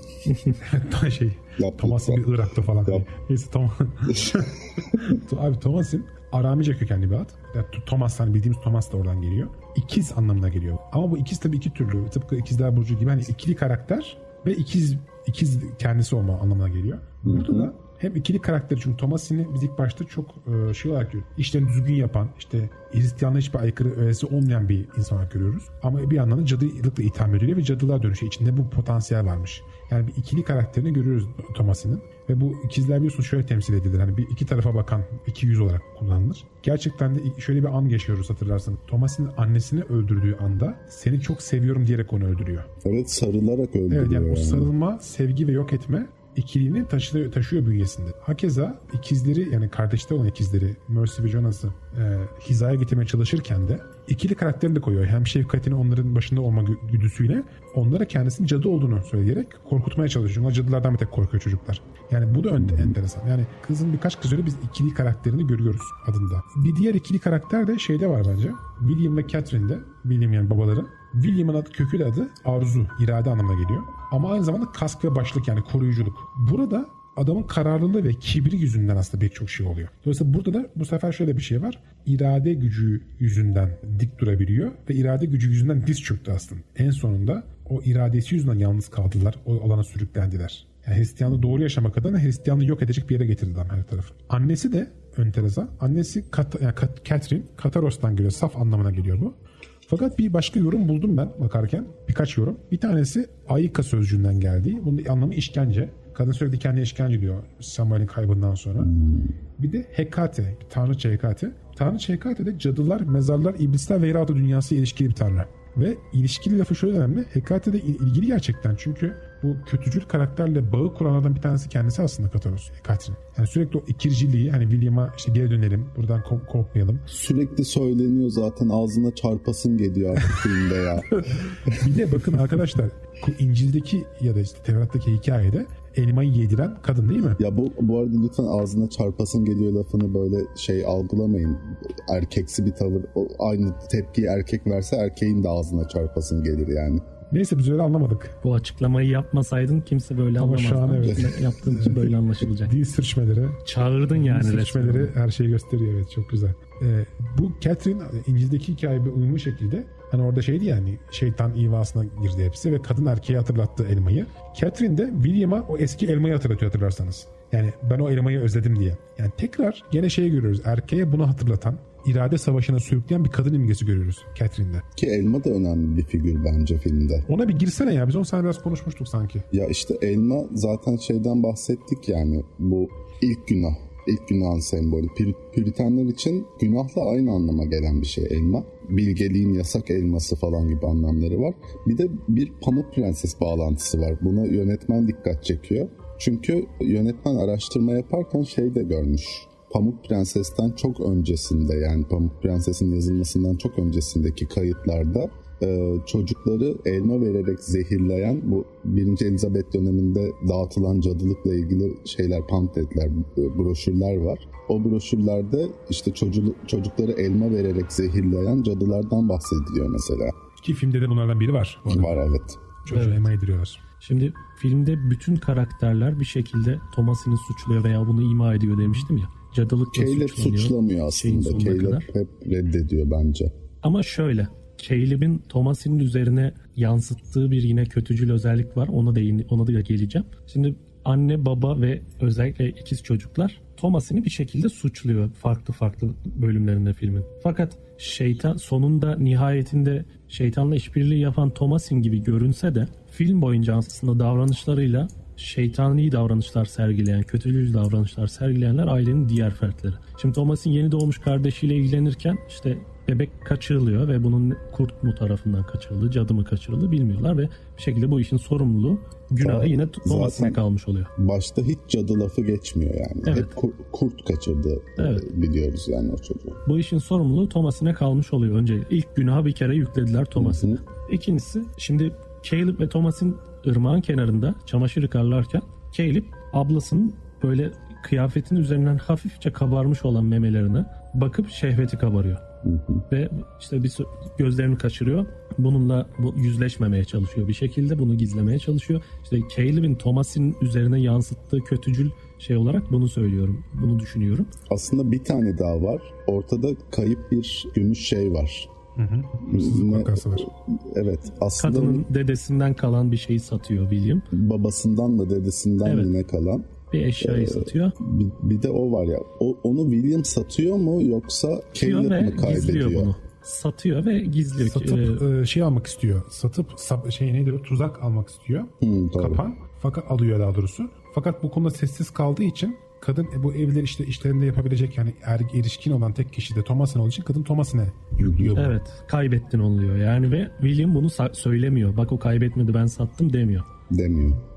şey, Thomas'ın bir Irak'ta falan. Neyse Thomas. Abi Thomas'ın Aramice kökenli bir ad. Yani Thomas, hani bildiğimiz Thomas da oradan geliyor. İkiz anlamına geliyor. Ama bu ikiz tabii iki türlü. Tıpkı İkizler Burcu gibi hani ikili karakter ve ikiz ikiz kendisi olma anlamına geliyor. Burada Hı-hı. da hem ikili karakteri, çünkü Thomas'ini biz ilk başta çok e, şey olarak görüyoruz. İşlerini düzgün yapan, işte Hristiyanlığa hiçbir aykırı öğesi olmayan bir insan olarak görüyoruz. Ama bir yandan da cadılıkla itham ediliyor ve cadılığa dönüşüyor. İçinde bu potansiyel varmış. Yani bir ikili karakterini görüyoruz Thomas'inin. Ve bu ikizler biliyorsunuz şöyle temsil edilir. Hani bir iki tarafa bakan iki yüz olarak kullanılır. Gerçekten de şöyle bir an geçiyoruz hatırlarsanız. Thomas'ın annesini öldürdüğü anda seni çok seviyorum diyerek onu öldürüyor. Evet, sarılarak öldürüyor. Evet yani, yani. O yani. sarılma, sevgi ve yok etme ikiliğini taşıyor, taşıyor bünyesinde. Hakeza ikizleri yani kardeşler olan ikizleri Mercy ve Jonas'ı e, hizaya getirmeye çalışırken de ikili karakterini de koyuyor. Hem şefkatini onların başında olma güdüsüyle onlara kendisinin cadı olduğunu söyleyerek korkutmaya çalışıyor. Onlar cadılardan bir tek korkuyor çocuklar. Yani bu da ön, enteresan. Yani kızın birkaç kız öyle biz ikili karakterini görüyoruz adında. Bir diğer ikili karakter de şeyde var bence. William ve Catherine'de. William yani babaları. William'ın adı, kökül adı arzu, irade anlamına geliyor. Ama aynı zamanda kask ve başlık yani koruyuculuk. Burada adamın kararlılığı ve kibri yüzünden aslında birçok şey oluyor. Dolayısıyla burada da bu sefer şöyle bir şey var. İrade gücü yüzünden dik durabiliyor ve irade gücü yüzünden diz çöktü aslında. En sonunda o iradesi yüzünden yalnız kaldılar. O alana sürüklendiler. Yani Hristiyanlığı doğru yaşamak adına Hristiyanlığı yok edecek bir yere getirdi adam her tarafı. Annesi de enteresan. Annesi Kat, yani Kat, Catherine, Kataros'tan geliyor. Saf anlamına geliyor bu. Fakat bir başka yorum buldum ben bakarken. Birkaç yorum. Bir tanesi Aika sözcüğünden geldiği. Bunun anlamı işkence. Kadın sürekli kendine işkence diyor Samuel'in kaybından sonra. Bir de Hekate, tanrıça Hekate. Tanrıça Hekate de cadılar, mezarlar, iblisler ve yeraltı dünyası ilişkili bir tanrı. Ve ilişkili lafı şöyle önemli. Hekate de ilgili gerçekten çünkü bu kötücül karakterle bağı kuranlardan bir tanesi kendisi aslında Kataros, Catherine. Yani sürekli o ikirciliği hani William'a işte geri dönelim, buradan kop- kopmayalım. Sürekli söyleniyor zaten ağzına çarpasın geliyor artık filmde ya. Bir de bakın arkadaşlar İncil'deki ya da işte Tevrat'taki hikayede elmayı yediren kadın değil mi? Ya bu, bu arada lütfen ağzına çarpasın geliyor lafını böyle şey algılamayın. Erkeksi bir tavır. O, aynı tepkiyi erkek verse erkeğin de ağzına çarpasın gelir yani. Neyse biz öyle anlamadık. Bu açıklamayı yapmasaydın kimse böyle ama anlamaz. Ama şu an evet. Yaptığın için böyle anlaşılacak. Dil sürçmeleri. Çağırdın yani resmen. Dil sürçmeleri resmen. her şeyi gösteriyor evet çok güzel. Ee, bu Catherine İncil'deki hikaye bir uyumlu şekilde hani orada şeydi yani şeytan ivasına girdi hepsi ve kadın erkeği hatırlattı elmayı. Catherine de William'a o eski elmayı hatırlatıyor hatırlarsanız. Yani ben o elmayı özledim diye. Yani tekrar gene şeyi görüyoruz. Erkeğe bunu hatırlatan, irade savaşına sürükleyen bir kadın imgesi görüyoruz Catherine'de. Ki elma da önemli bir figür bence filmde. Ona bir girsene ya. Biz on sene biraz konuşmuştuk sanki. Ya işte elma zaten şeyden bahsettik yani. Bu ilk günah. İlk günahın sembolü. Pür- Püritenler için günahla aynı anlama gelen bir şey elma. Bilgeliğin yasak elması falan gibi anlamları var. Bir de bir Pamuk Prenses bağlantısı var. Buna yönetmen dikkat çekiyor. Çünkü yönetmen araştırma yaparken şey de görmüş. Pamuk Prenses'ten çok öncesinde yani Pamuk Prenses'in yazılmasından çok öncesindeki kayıtlarda e, çocukları elma vererek zehirleyen bu birinci Elizabeth döneminde dağıtılan cadılıkla ilgili şeyler, pamfletler, broşürler var. O broşürlerde işte çocuk, çocukları elma vererek zehirleyen cadılardan bahsediliyor mesela. Ki filmde de bunlardan biri var. Var evet. Çocuğa evet. elma yediriyorlar. Şimdi filmde bütün karakterler bir şekilde Thomas'ını suçluyor veya bunu ima ediyor demiştim ya. Cadılıkla Caleb suçlanıyor. suçlamıyor aslında. Caleb hep reddediyor bence. Ama şöyle. Caleb'in Thomas'ın üzerine yansıttığı bir yine kötücül özellik var. Ona değin, ona da geleceğim. Şimdi anne, baba ve özellikle ikiz çocuklar Thomas'ını bir şekilde suçluyor farklı farklı bölümlerinde filmin. Fakat şeytan sonunda nihayetinde şeytanla işbirliği yapan Thomas'ın gibi görünse de film boyunca aslında davranışlarıyla şeytani davranışlar sergileyen, kötücül davranışlar sergileyenler ailenin diğer fertleri. Şimdi Thomas'ın yeni doğmuş kardeşiyle ilgilenirken işte bebek kaçırılıyor ve bunun kurt mu tarafından kaçırıldığı, cadı mı kaçırıldığı bilmiyorlar ve bir şekilde bu işin sorumluluğu günahı yine Thomas'ına kalmış oluyor. Başta hiç cadı lafı geçmiyor yani. Evet. Hep kur, kurt kaçırdı evet. biliyoruz yani o çocuğu. Bu işin sorumluluğu Thomas'ına kalmış oluyor. Önce ilk günahı bir kere yüklediler Thomas'ına. İkincisi şimdi Caleb ve Thomas'ın ırmağın kenarında çamaşır yıkarlarken Caleb ablasının böyle kıyafetin üzerinden hafifçe kabarmış olan memelerine bakıp şehveti kabarıyor. Hı hı. Ve işte bir gözlerini kaçırıyor. Bununla bu yüzleşmemeye çalışıyor bir şekilde. Bunu gizlemeye çalışıyor. İşte Caleb'in Thomas'ın üzerine yansıttığı kötücül şey olarak bunu söylüyorum. Bunu düşünüyorum. Aslında bir tane daha var. Ortada kayıp bir gümüş şey var. Hı hı. Hırsızlık vakası var. Evet. Aslında kadının dedesinden kalan bir şeyi satıyor William. Babasından mı dedesinden evet. yine kalan. Bir eşyayı ee, satıyor. Bir, bir de o var ya. O, onu William satıyor mu yoksa Caleb mi kaybediyor? Bunu. Satıyor ve gizliyor. Satıp ee, şey almak istiyor. Satıp sap, şey neydi o tuzak almak istiyor. Hmm, Kapan. Fakat alıyor daha doğrusu. Fakat bu konuda sessiz kaldığı için kadın bu evler işte işlerinde yapabilecek yani er, erişkin olan tek kişi de Thomas'ın olduğu için kadın Thomas'ına yüklüyor. Evet. Kaybettin oluyor yani ve William bunu sa- söylemiyor. Bak o kaybetmedi ben sattım demiyor. Demiyor.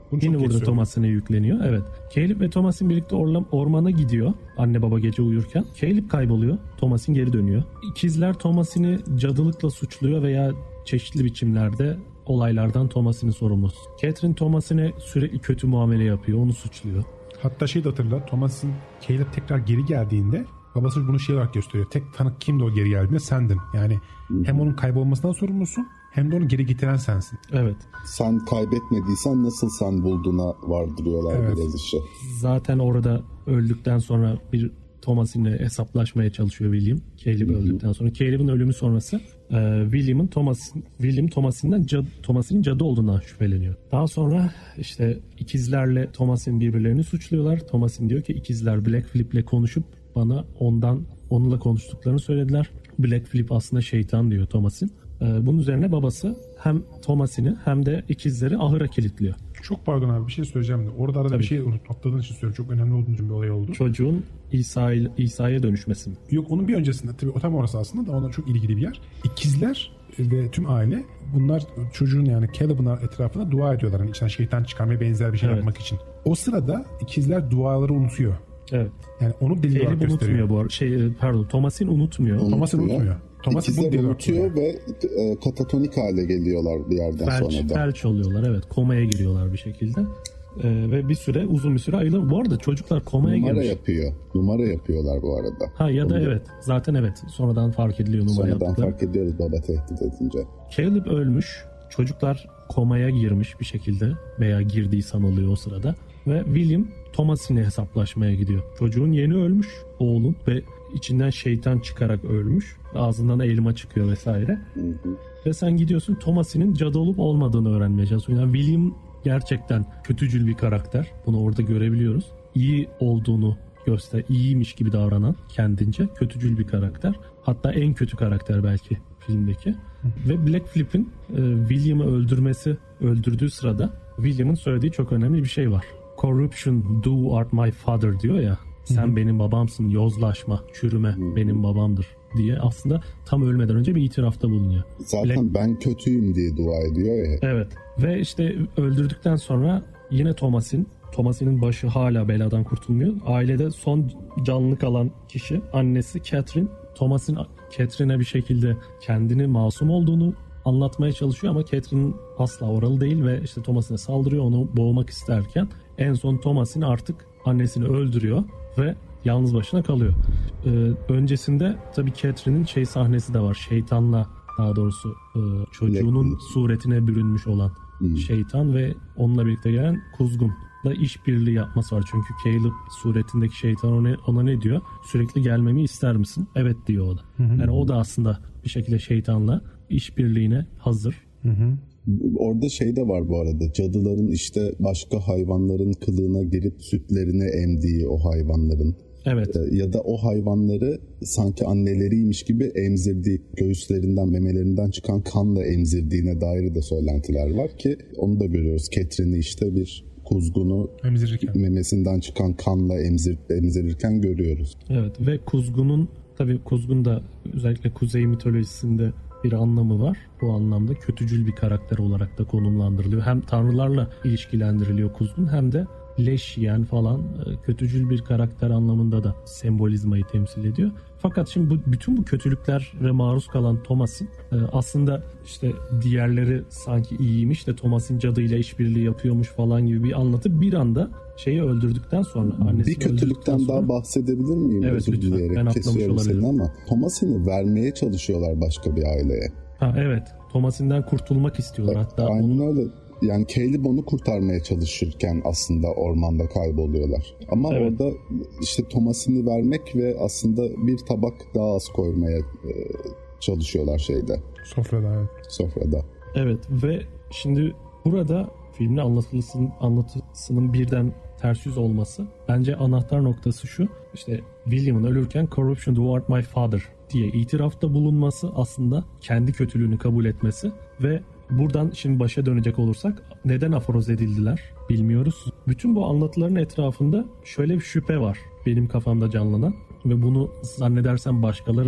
Bunu Yine çok geç burada söyledi. Thomas'ine yükleniyor. Evet. Caleb ve Thomas'in birlikte orla- ormana gidiyor. Anne baba gece uyurken. Caleb kayboluyor. Thomas'in geri dönüyor. İkizler Thomas'ini cadılıkla suçluyor veya çeşitli biçimlerde olaylardan Thomas'ini sorumlu. Catherine Thomas'ine sürekli kötü muamele yapıyor. Onu suçluyor. Hatta şey de hatırla, Thomas'ın Caleb tekrar geri geldiğinde babası bunu şey olarak gösteriyor. Tek tanık kimdi o geri geldiğinde? Sendin. Yani hem onun kaybolmasından sorumlusun hem de onu geri getiren sensin. Evet. Sen kaybetmediysen nasıl sen bulduğuna vardırıyorlar Evet. biraz işi. Zaten orada öldükten sonra bir Thomas'inle hesaplaşmaya çalışıyor William. Caleb öldükten sonra. Caleb'in ölümü sonrası e, William'ın Thomas William Thomas'inden cad, Thomas'in cadı olduğundan şüpheleniyor. Daha sonra işte ikizlerle Thomas'in birbirlerini suçluyorlar. Thomas'in diyor ki ikizler Black Phillip'le konuşup bana ondan onunla konuştuklarını söylediler. Black Phillip aslında şeytan diyor Thomas'in. E, bunun üzerine babası hem Thomas'ini hem de ikizleri ahıra kilitliyor. Çok pardon abi, bir şey söyleyeceğim de. Orada arada Tabii. bir şey unut- atladığın için söylüyorum. Çok önemli olduğu için bir olay oldu. Çocuğun İsa İsa'ya dönüşmesi mi? Yok, onun bir öncesinde tabii, o tam orası aslında da ona çok ilgili bir yer. İkizler ve tüm aile bunlar çocuğun yani Caleb'ın etrafına dua ediyorlar. Yani içinden şeytan çıkarmaya benzer bir şey Evet. yapmak için. O sırada ikizler duaları unutuyor. Evet. Yani onu delil olarak Caleb gösteriyor. unutmuyor bu arada. Şey, pardon, Thomas'in unutmuyor. Thomas'ın unutmuyor. Thomas'ın İkizler bunu delil olarak unutuyor ve e, katatonik hale geliyorlar bir yerden Felç, sonra da. felç oluyorlar, evet. Komaya giriyorlar bir şekilde. Ee, ve bir süre, uzun bir süre ayılır. Bu arada çocuklar komaya Numara girmiş. yapıyor. Numara yapıyorlar bu arada. Ha ya da Onu da evet. Zaten evet. Sonradan fark ediliyor numara Sonradan yaptıkları. fark ediyoruz baba tehdit edince. Caleb ölmüş. Çocuklar komaya girmiş bir şekilde veya girdiği sanılıyor o sırada. Ve William Thomas'ine hesaplaşmaya gidiyor. Çocuğun yeni ölmüş oğlum ve içinden şeytan çıkarak ölmüş. Ağzından elma çıkıyor vesaire. Hı hı. Ve sen gidiyorsun Thomas'inin cadı olup olmadığını öğrenmeye çalışıyorsun. Yani William gerçekten kötücül bir karakter. Bunu orada görebiliyoruz. İyi olduğunu göster, iyiymiş gibi davranan kendince kötücül bir karakter. Hatta en kötü karakter belki filmdeki. Ve Black Phillip'in e, William'ı öldürmesi, öldürdüğü sırada William'ın söylediği çok önemli bir şey var. Corruption, do art my father diyor ya. Sen benim babamsın, yozlaşma, çürüme benim babamdır diye aslında tam ölmeden önce bir itirafta bulunuyor. Zaten Black- ben kötüyüm diye dua ediyor ya. Evet. Ve işte öldürdükten sonra yine Thomas'in Thomas'in başı hala beladan kurtulmuyor. Ailede son canlı kalan kişi annesi Catherine. Thomas'in Catherine'e bir şekilde kendini masum olduğunu anlatmaya çalışıyor ama Catherine asla oralı değil ve işte Thomas'ine saldırıyor, onu boğmak isterken en son Thomas'in artık annesini öldürüyor ve yalnız başına kalıyor. Ee, öncesinde tabii Catherine'in şey sahnesi de var. Şeytanla, daha doğrusu e, çocuğunun suretine bürünmüş olan Hmm. şeytan ve onunla birlikte gelen kuzgunla işbirliği yapması var. Çünkü Caleb suretindeki şeytan ona, ona ne diyor? Sürekli gelmemi ister misin? Evet diyor o da. Yani o da aslında bir şekilde şeytanla işbirliğine hazır. Hı hı. Orada şey de var bu arada. Cadıların işte başka hayvanların kılığına girip sütlerini emdiği o hayvanların. Evet. Ee, Ya da o hayvanları sanki anneleriymiş gibi emzirdiği, göğüslerinden, memelerinden çıkan kanla emzirdiğine dair de söylentiler var ki onu da görüyoruz. Catherine'i işte bir kuzgunu Emzirirken. memesinden çıkan kanla emzir, emzirirken görüyoruz. Evet ve kuzgunun, tabii kuzgun da özellikle Kuzey mitolojisinde bir anlamı var. Bu anlamda kötücül bir karakter olarak da konumlandırılıyor. Hem tanrılarla ilişkilendiriliyor kuzgun hem de leş yiyen falan e, kötücül bir karakter anlamında da sembolizmayı temsil ediyor. Fakat şimdi bu, bütün bu kötülüklere maruz kalan Thomas'in e, aslında işte diğerleri sanki iyiymiş de Thomas'in cadıyla işbirliği yapıyormuş falan gibi bir anlatı bir anda şeyi öldürdükten sonra, annesini Bir kötülükten öldürdükten sonra, daha bahsedebilir miyim? Evet, Özür lütfen. dileyerek Ben atlamış kesiyorum seni olabilirim. ama Thomas'ini vermeye çalışıyorlar başka bir aileye. ha, evet Thomas'inden kurtulmak istiyorlar. Hatta Aynen onu, öyle. Yani Caleb onu kurtarmaya çalışırken aslında ormanda kayboluyorlar. Ama Evet. orada işte Thomas'ini vermek ve aslında bir tabak daha az koymaya e, çalışıyorlar şeyde, Sofrada evet. sofrada. evet ve şimdi burada filmin anlatılısının, anlatısının birden ters yüz olması bence anahtar noktası şu. İşte William'ın ölürken corruption toward my father diye itirafta bulunması, aslında kendi kötülüğünü kabul etmesi ve buradan şimdi başa dönecek olursak neden aforoz edildiler bilmiyoruz. Bütün bu anlatıların etrafında şöyle bir şüphe var benim kafamda canlanan ve bunu zannedersem başkaları da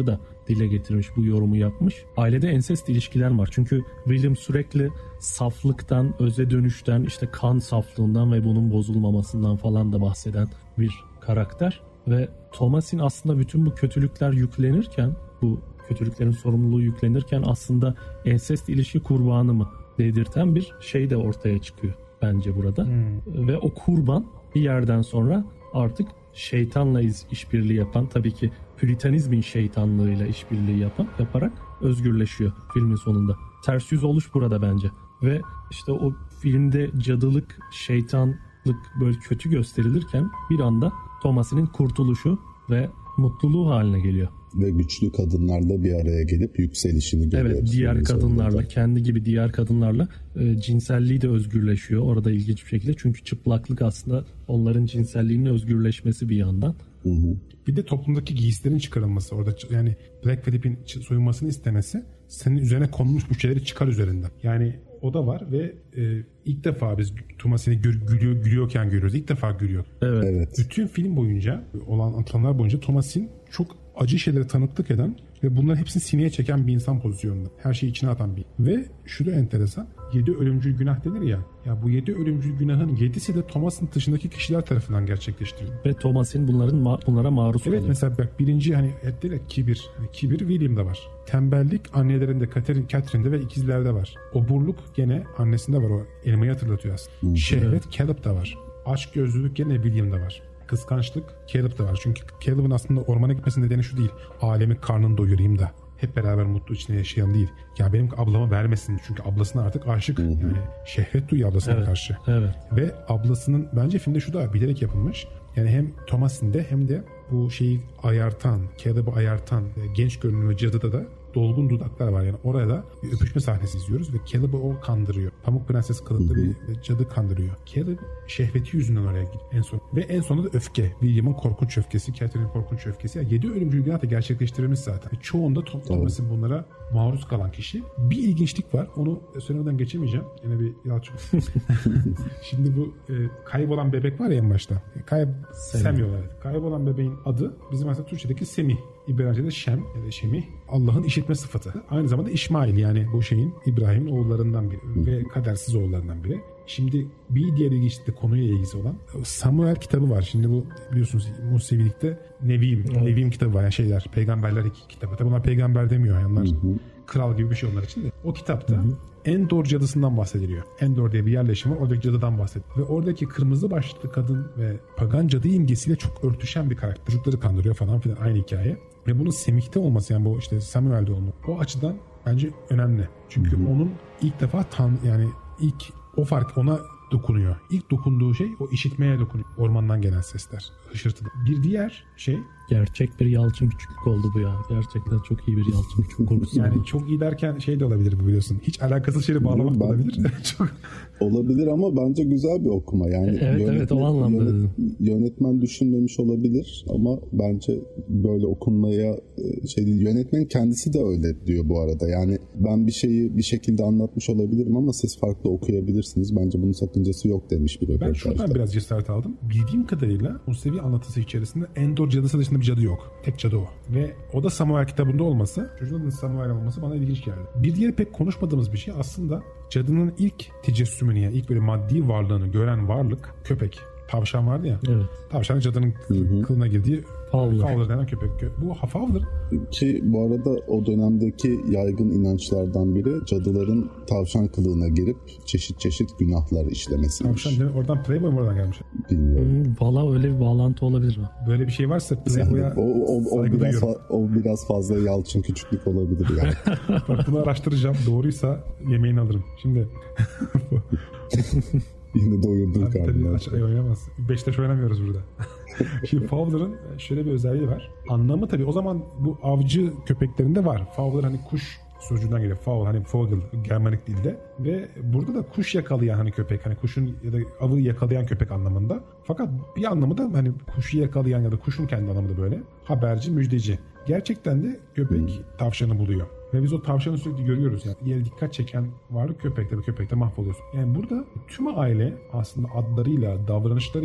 dile getirmiş, bu yorumu yapmış. Ailede ensest ilişkiler var. Çünkü William sürekli saflıktan, öze dönüşten, işte kan saflığından ve bunun bozulmamasından falan da bahseden bir karakter. Ve Thomas'in aslında bütün bu kötülükler yüklenirken, bu kötülüklerin sorumluluğu yüklenirken aslında ensest ilişki kurbanı mı dedirten bir şey de ortaya çıkıyor bence burada. Hmm. Ve o kurban bir yerden sonra artık şeytanla işbirliği yapan, tabii ki Püritanizmin şeytanlığıyla işbirliği yapan, yaparak özgürleşiyor filmin sonunda. Ters yüz oluş burada bence. Ve işte o filmde cadılık, şeytanlık böyle kötü gösterilirken bir anda Thomas'in kurtuluşu ve mutluluğu haline geliyor. Ve güçlü kadınlarla bir araya gelip yükselişini görüyoruz. Evet, diğer kadınlarla, sonunda. kendi gibi diğer kadınlarla e, cinselliği de özgürleşiyor. Orada ilginç bir şekilde. Çünkü çıplaklık aslında onların cinselliğinin özgürleşmesi bir yandan. Hı hı. Bir de toplumdaki giysilerin çıkarılması. Orada yani Black Phillip'in soyunmasını istemesi senin üzerine konulmuş bu şeyleri çıkar üzerinden. Yani o da var ve e, ilk defa biz Thomas'ini gül, gülüyor, gülüyorken görüyoruz. İlk defa gülüyor. Evet. evet. Bütün film boyunca olan atılanlar boyunca Thomas'in çok acı şeylere tanıklık eden ve bunların hepsini sineye çeken bir insan pozisyonunda. Her şeyi içine atan bir. Ve şu da enteresan. Yedi ölümcül günah denir ya. Ya bu yedi ölümcül günahın yedisi de Thomas'ın dışındaki kişiler tarafından gerçekleştirildi. Ve Thomas'in bunların ma- bunlara maruz kalıyor. Evet, mesela bak birinci hani ettiler kibir. Hani kibir William'da var. Tembellik annelerinde, Catherine, Catherine'de ve ikizlerde var. Oburluk gene annesinde var. O elmayı hatırlatıyor aslında. Hmm. Şehvet Caleb'da var. Aşk gözlülük gene William'da var. Kıskançlık Caleb'da var. Çünkü Caleb'ın aslında ormana gitmesinin nedeni şu değil. Alemin karnını doyurayım da hep beraber mutlu içinde yaşayalım değil. Ya benim ablama vermesin. Çünkü ablasına artık aşık. Hı hı. Yani şehvet duyuyor ablasına evet, karşı. Evet. Ve ablasının bence filmde şu da bilerek yapılmış. Yani hem Thomas'in de hem de bu şeyi ayartan, Caleb'ı ayartan genç görünümlü cadıda da dolgun dudaklar var. Yani oraya da bir öpüşme sahnesi izliyoruz ve Caleb'ı o kandırıyor. Pamuk Prenses kılıklı bir cadı kandırıyor. Caleb şehveti yüzünden oraya gidiyor en son. Ve en sonunda da öfke. William'ın korkunç öfkesi, Catherine'in korkunç öfkesi. Yani yedi ölümcül günah da gerçekleştirilmiş zaten. Ve çoğunda Thomas'in bunlara maruz kalan kişi. Bir ilginçlik var. Onu söylemeden geçemeyeceğim. Yine bir Yalçın. Şimdi bu e, kaybolan bebek var ya en başta. Kayb Samuel. Evet. Kaybolan bebeğin adı bizim aslında Türkçedeki Semih. İbranice'de Şem ya da Şemih. Allah'ın işitme sıfatı. Aynı zamanda İsmail, yani bu şeyin İbrahim'in oğullarından biri ve kadersiz oğullarından biri. Şimdi bir diğer ilginçlikle konuya ilgisi olan Samuel kitabı var. Şimdi bu biliyorsunuz Musevilikte Nevim, evet. Nevim kitabı var. Yani şeyler, peygamberler kitabı. Tabi bunlar peygamber demiyor. Yani onlar hı hı. kral gibi bir şey onlar için de. O kitapta hı hı. Endor cadısından bahsediliyor. Endor diye bir yerleşim var. Oradaki cadıdan bahsediliyor. Ve oradaki kırmızı başlıklı kadın ve pagan cadı imgesiyle çok örtüşen bir karakter. Çocukları kandırıyor falan filan, aynı hikaye. Ve bunun Semih'te olması, yani bu işte Samuel'de olması, o açıdan bence önemli. Çünkü hı hı. onun ilk defa tan yani ilk o fark ona dokunuyor. İlk dokunduğu şey o işitmeye dokunuyor. Ormandan gelen sesler, hışırtılı. Bir diğer şey, gerçek bir Yalçın Küçüklük oldu bu ya. Gerçekten çok iyi bir Yalçın Küçüklük konusu. Yani çok iyi derken şey de olabilir bu, biliyorsun. Hiç alakasız şeyle bağlamak da olabilir. çok olabilir ama bence güzel bir okuma. Yani evet yönetmen, evet o anlamda yönet, yönetmen düşünmemiş olabilir ama bence böyle okunmaya şey değil. Yönetmen kendisi de öyle diyor bu arada. Yani ben bir şeyi bir şekilde anlatmış olabilirim ama siz farklı okuyabilirsiniz. Bence bunun sakıncası yok demiş bir röportajda. Ben şuradan biraz cesaret aldım. Bildiğim kadarıyla Musevi anlatısı içerisinde Endor cadısı dışında bir cadı yok. Tek cadı o. Ve o da Samuel kitabında olması, çocuğun da Samuel olması bana ilginç geldi. Bir diğer pek konuşmadığımız bir şey aslında cadının ilk tecessümünü, yani ilk böyle maddi varlığını gören varlık köpek. Tavşan vardı ya. Evet. Tavşanın cadının hı-hı. kılına girdiği Fowler. Fowler denen köpek. Bu Fowler. Ki bu arada o dönemdeki yaygın inançlardan biri cadıların tavşan kılığına girip çeşit çeşit günahlar işlemesiymiş. Tavşan demek oradan Playboy mu oradan gelmiş? Bilmiyorum. Hmm, Valla öyle bir bağlantı olabilir mi? Böyle bir şey varsa Playboy'a yani, o, o, o, biraz fa- o biraz fazla Yalçın Küçüklük olabilir yani. Bak bunu araştıracağım. Doğruysa yemeğini alırım. Şimdi yine doyurdun karnını. Tabii oynamaz. Beşiktaş oynamıyoruz burada. Şimdi Fowler'ın şöyle bir özelliği var. Anlamı tabii o zaman bu avcı köpeklerinde var. Fowler hani kuş sözcüğünden geliyor. Fowl hani Vogel Germanik dilde. Ve burada da kuş yakalayan hani köpek. Hani kuşun ya da avı yakalayan köpek anlamında. Fakat bir anlamı da hani kuşu yakalayan ya da kuşun kendi anlamı da böyle. Haberci, müjdeci. Gerçekten de köpek hmm. tavşanı buluyor. Ve biz o tavşanı sürekli görüyoruz. Yani yere dikkat çeken varlık köpek. Tabii köpekte mahvoluyorsun. Yani burada tüm aile aslında adlarıyla, davranışlarıyla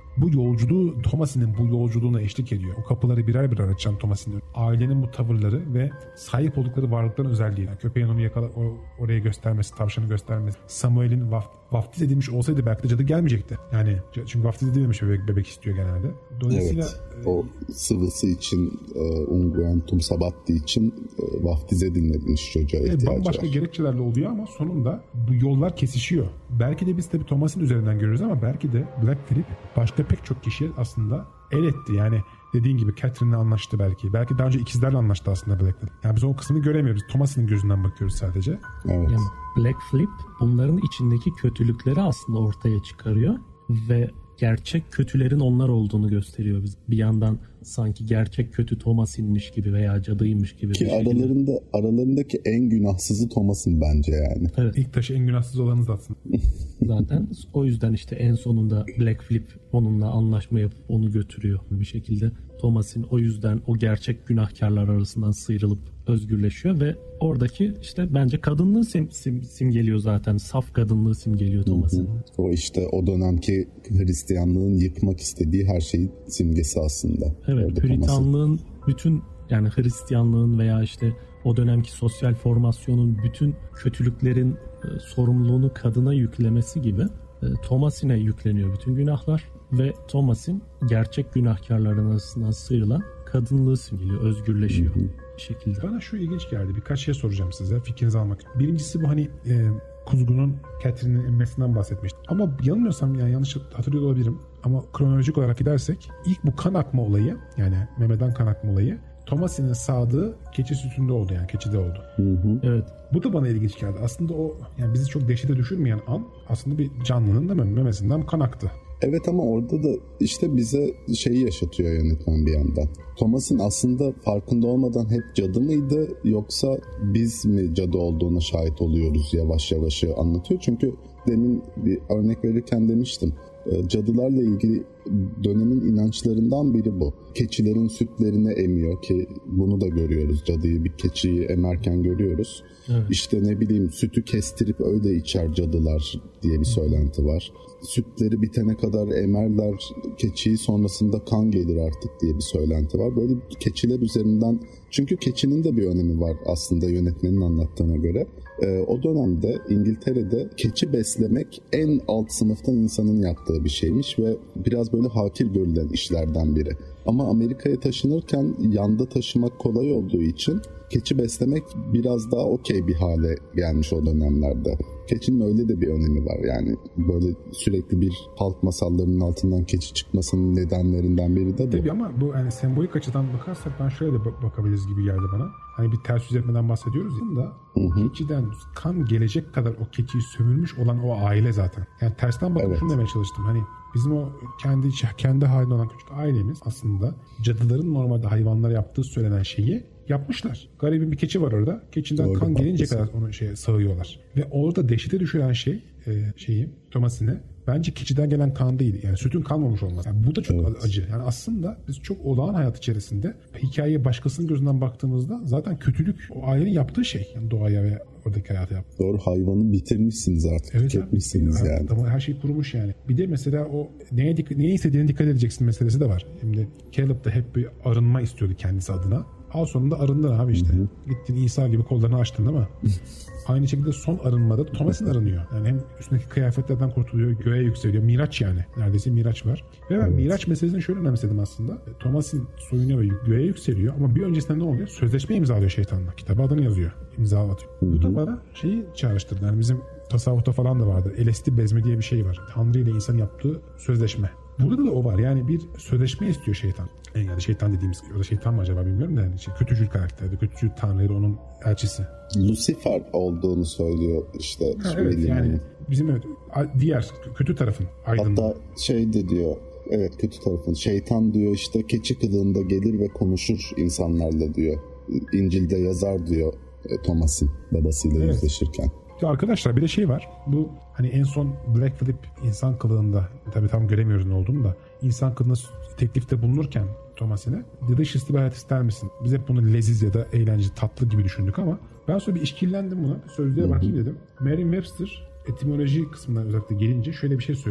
bu yolculuğu, Thomas'ın bu yolculuğuna eşlik ediyor. O kapıları birer birer açan Thomas'ın ailenin bu tavırları ve sahip oldukları varlıkların özelliği. Yani köpeğin onu yakala, o, oraya göstermesi, tavşanı göstermesi. Samuel'in vaf, vaftiz edilmiş olsaydı belki de cadı gelmeyecekti. Yani çünkü vaftiz edilmemiş bebek, bebek istiyor genelde. Dolayısıyla evet, o sıvısı için e, unguentum sabatti için e, vaftiz edilmemiş çocuğa ihtiyacı var. Bambaşka gerekçelerle oluyor ama sonunda bu yollar kesişiyor. Belki de biz tabii Thomas'ın üzerinden görüyoruz ama belki de Black Phillip başka pek çok kişiye aslında el etti. Yani dediğin gibi Catherine'le anlaştı belki. Belki daha önce ikizlerle anlaştı aslında Black Phillip. Yani biz o kısmını göremiyoruz. Thomas'ın gözünden bakıyoruz sadece. Evet. Yani Black Phillip bunların içindeki kötülükleri aslında ortaya çıkarıyor ve gerçek kötülerin onlar olduğunu gösteriyor biz. Bir yandan sanki gerçek kötü Thomas'inmiş gibi veya cadıymış gibi. Ki aralarında gibi. aralarındaki en günahsızı Thomas'ın bence yani. Evet. İlk taşı en günahsız olanız aslında. Zaten o yüzden işte en sonunda Black Phillip onunla anlaşma yapıp onu götürüyor bir şekilde. Thomas'in o yüzden o gerçek günahkarlar arasından sıyrılıp özgürleşiyor ve oradaki işte bence kadınlığı sim, sim, simgeliyor zaten. Saf kadınlığı simgeliyor Thomas'ın. O işte o dönemki Hristiyanlığın yıkmak istediği her şeyin simgesi aslında. Evet, Hristiyanlığın bütün yani Hristiyanlığın veya işte o dönemki sosyal formasyonun bütün kötülüklerin e, sorumluluğunu kadına yüklemesi gibi e, Thomas'ine yükleniyor bütün günahlar ve Thomas'in gerçek günahkarların arasından sıyrılan kadınlığı simgeliyor, özgürleşiyor bir şekilde. Bana şu ilginç geldi. Birkaç şey soracağım size. Fikrinizi almak için. Birincisi bu hani e, kuzgunun Catherine'in emmesinden bahsetmiştim. Ama yanılmıyorsam yani yanlış hatırlıyor olabilirim. Ama kronolojik olarak gidersek ilk bu kan akma olayı yani memeden kan akma olayı Thomas'ın sağdığı keçi sütünde oldu yani keçide oldu. Hı hı. Evet. Bu da bana ilginç geldi. Aslında o yani bizi çok dehşete düşürmeyen an aslında bir canlının da memesinden kan aktı. Evet ama orada da işte bize şeyi yaşatıyor yönetmen bir yandan. Thomas'ın aslında farkında olmadan hep cadı mıydı yoksa biz mi cadı olduğuna şahit oluyoruz yavaş yavaş anlatıyor. Çünkü demin bir örnek verirken demiştim. Cadılarla ilgili dönemin inançlarından biri bu. Keçilerin sütlerini emiyor ki bunu da görüyoruz. Cadıyı bir keçiyi emerken görüyoruz. Evet. İşte ne bileyim sütü kestirip öyle içer cadılar diye bir söylenti var. Sütleri bitene kadar emerler keçiyi, sonrasında kan gelir artık diye bir söylenti var. Böyle keçiler üzerinden, çünkü keçinin de bir önemi var aslında yönetmenin anlattığına göre. Ee, o dönemde İngiltere'de keçi beslemek en alt sınıftan insanın yaptığı bir şeymiş ve biraz böyle hakir görülen işlerden biri. Ama Amerika'ya taşınırken yanda taşımak kolay olduğu için keçi beslemek biraz daha okey bir hale gelmiş o dönemlerde. Keçinin öyle de bir önemi var yani. Böyle sürekli bir halk masallarının altından keçi çıkmasının nedenlerinden biri de bu. Tabii ama bu yani sembolik açıdan bakarsak ben şöyle de bakabiliriz gibi geldi bana. Hani bir ters yüz etmeden bahsediyoruz ya da hı hı. keçiden kan gelecek kadar o keçiyi sömürmüş olan o aile zaten. Yani tersten bakıp evet. şunu demeye çalıştım. Hani bizim o kendi kendi halinde olan küçük ailemiz aslında cadıların normalde hayvanlara yaptığı söylenen şeyi yapmışlar. Garibin bir keçi var orada. Keçinden Doğru, kan gelince kadar onu şeye sağıyorlar. Ve orada dehşete düşüren şey e, şeyi Thomas'ine bence keçiden gelen kan değil. Yani sütün kalmamış olması. Yani bu da çok evet. acı. Yani aslında biz çok olağan hayat içerisinde hikayeye başkasının gözünden baktığımızda zaten kötülük o ailenin yaptığı şey. Yani doğaya ve oradaki hayata yaptığı. Doğru, hayvanı bitirmişsiniz artık. Evet, tüketmişsiniz yani. Tamam, her şey kurumuş yani. Bir de mesela o neye, neye istediğine dikkat edeceksin meselesi de var. Şimdi Caleb da hep bir arınma istiyordu kendisi adına. Al sonunda arındın abi işte. Hı hı. Gittin İsa gibi kollarını açtın değil mi? Aynı şekilde son arınmada Thomas'ın arınıyor. Yani hem üstündeki kıyafetlerden kurtuluyor, göğe yükseliyor. Miraç yani. Neredeyse Miraç var. Ve ben evet. Miraç meselesini şöyle önemsedim aslında. Thomas'ın soyunuyor ve göğe yükseliyor. Ama bir öncesinde ne oluyor? Sözleşme imzalıyor şeytanla. Kitaba adını yazıyor. İmza atıyor. Hı hı. Bu da bana şeyi çağrıştırdı. Yani bizim tasavvufta falan da vardır. Elesti bezme diye bir şey var. Tanrı ile insan yaptığı sözleşme. Burada da o var. Yani bir sözleşme istiyor şeytan. Yani şeytan dediğimiz, o da şeytan mı acaba bilmiyorum da yani şey, kötücül karakterde, kötücül tanrıydı onun elçisi. Lucifer olduğunu söylüyor işte. Ha, evet yani bizim evet, diğer kötü tarafın aydınlığı. Hatta şey de diyor, evet kötü tarafın. Şeytan diyor işte keçi kılığında gelir ve konuşur insanlarla diyor. İncil'de yazar diyor Thomas'ın babasıyla evet. yüzleşirken. Arkadaşlar bir de şey var. Bu hani en son Black Phillip insan kılığında, tabii tam göremiyoruz ne olduğunu da, insan kılığında teklifte bulunurken Thomas'ine delicious'lı bir hayat ister misin? Biz hep bunu leziz ya da eğlenceli, tatlı gibi düşündük ama ben sonra bir işkillendim buna. Sözlüğe bakayım dedim. Merriam-Webster etimoloji kısmından özellikle gelince şöyle bir şey söylüyor.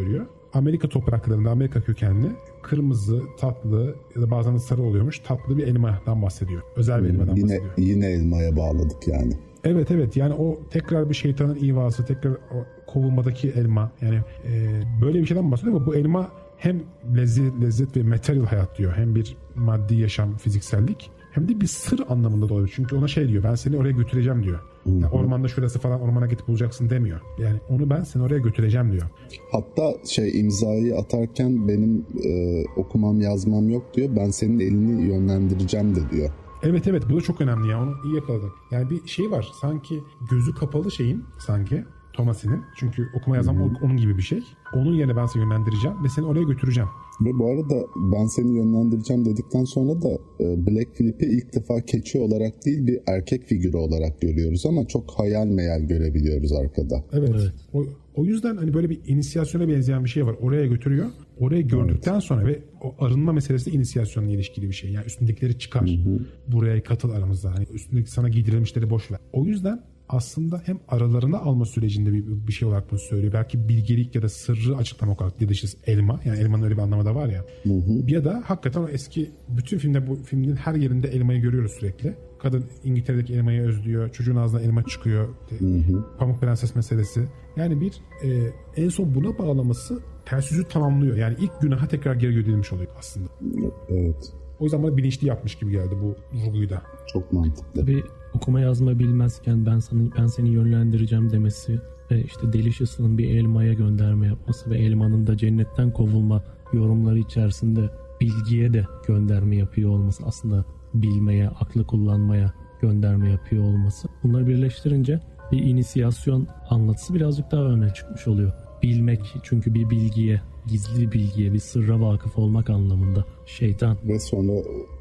Amerika topraklarında, Amerika kökenli, kırmızı, tatlı ya da bazen de sarı oluyormuş, tatlı bir elmadan bahsediyor. Özel bir elmadan yine, bahsediyor. Yine elmaya bağladık yani. Evet evet, yani o tekrar bir şeytanın ivası, tekrar o kovulmadaki elma, yani e, böyle bir şeyden bahsediyor ama bu elma hem lezzet, lezzet ve material hayat diyor, hem bir maddi yaşam, fiziksellik, hem de bir sır anlamında da oluyor. Çünkü ona şey diyor, ben seni oraya götüreceğim diyor. Yani ormanda şurası falan, ormana gidip bulacaksın demiyor. Yani onu ben seni oraya götüreceğim diyor. Hatta şey, imzayı atarken benim e, okumam yazmam yok diyor. Ben senin elini yönlendireceğim de diyor. Evet evet, bu da çok önemli ya, onu iyi yakaladın. Yani bir şey var sanki, gözü kapalı şeyin sanki Thomas'inin, çünkü okuma yazmam o, onun gibi bir şey. Onun yerine ben seni yönlendireceğim ve seni oraya götüreceğim. Ve bu arada ben seni yönlendireceğim dedikten sonra da Black Phillip'i ilk defa keçi olarak değil bir erkek figürü olarak görüyoruz ama çok hayal meyal görebiliyoruz arkada. Evet. evet. O, o yüzden hani böyle bir inisiyasyona benzeyen bir şey var. Oraya götürüyor. Oraya gördükten evet. sonra ve o arınma meselesi de inisiyasyonla ilişkili bir şey. Yani üstündekileri çıkar. Hı hı. Buraya katıl aramızda. Hani üstündeki sana giydirilmişleri boş ver. O yüzden aslında hem aralarına alma sürecinde bir, bir şey olarak bunu söylüyor. Belki bilgelik ya da sırrı açıklamak olarak delicious elma. Yani elmanın öyle bir anlamı da var ya. Hı hı. Ya da hakikaten o eski bütün filmde, bu filmin her yerinde elmayı görüyoruz sürekli. Kadın İngiltere'deki elmayı özlüyor. Çocuğun ağzından elma çıkıyor. Hı hı. Pamuk Prenses meselesi. Yani bir e, en son buna bağlaması ters yüzü tamamlıyor. Yani ilk günaha tekrar geri gönderilmiş oluyor aslında. Evet. O yüzden bana bilinçli yapmış gibi geldi bu vurguyu da. Çok mantıklı. Tabii okuma yazma bilmezken ben sana ben seni yönlendireceğim demesi ve işte Delicious'ın bir elmaya gönderme yapması ve elmanın da cennetten kovulma yorumları içerisinde bilgiye de gönderme yapıyor olması, aslında bilmeye, aklı kullanmaya gönderme yapıyor olması. Bunları birleştirince bir inisiyasyon anlatısı birazcık daha öne çıkmış oluyor. Bilmek, çünkü bir bilgiye, gizli bilgiye, bir sırra vakıf olmak anlamında şeytan. Ve sonra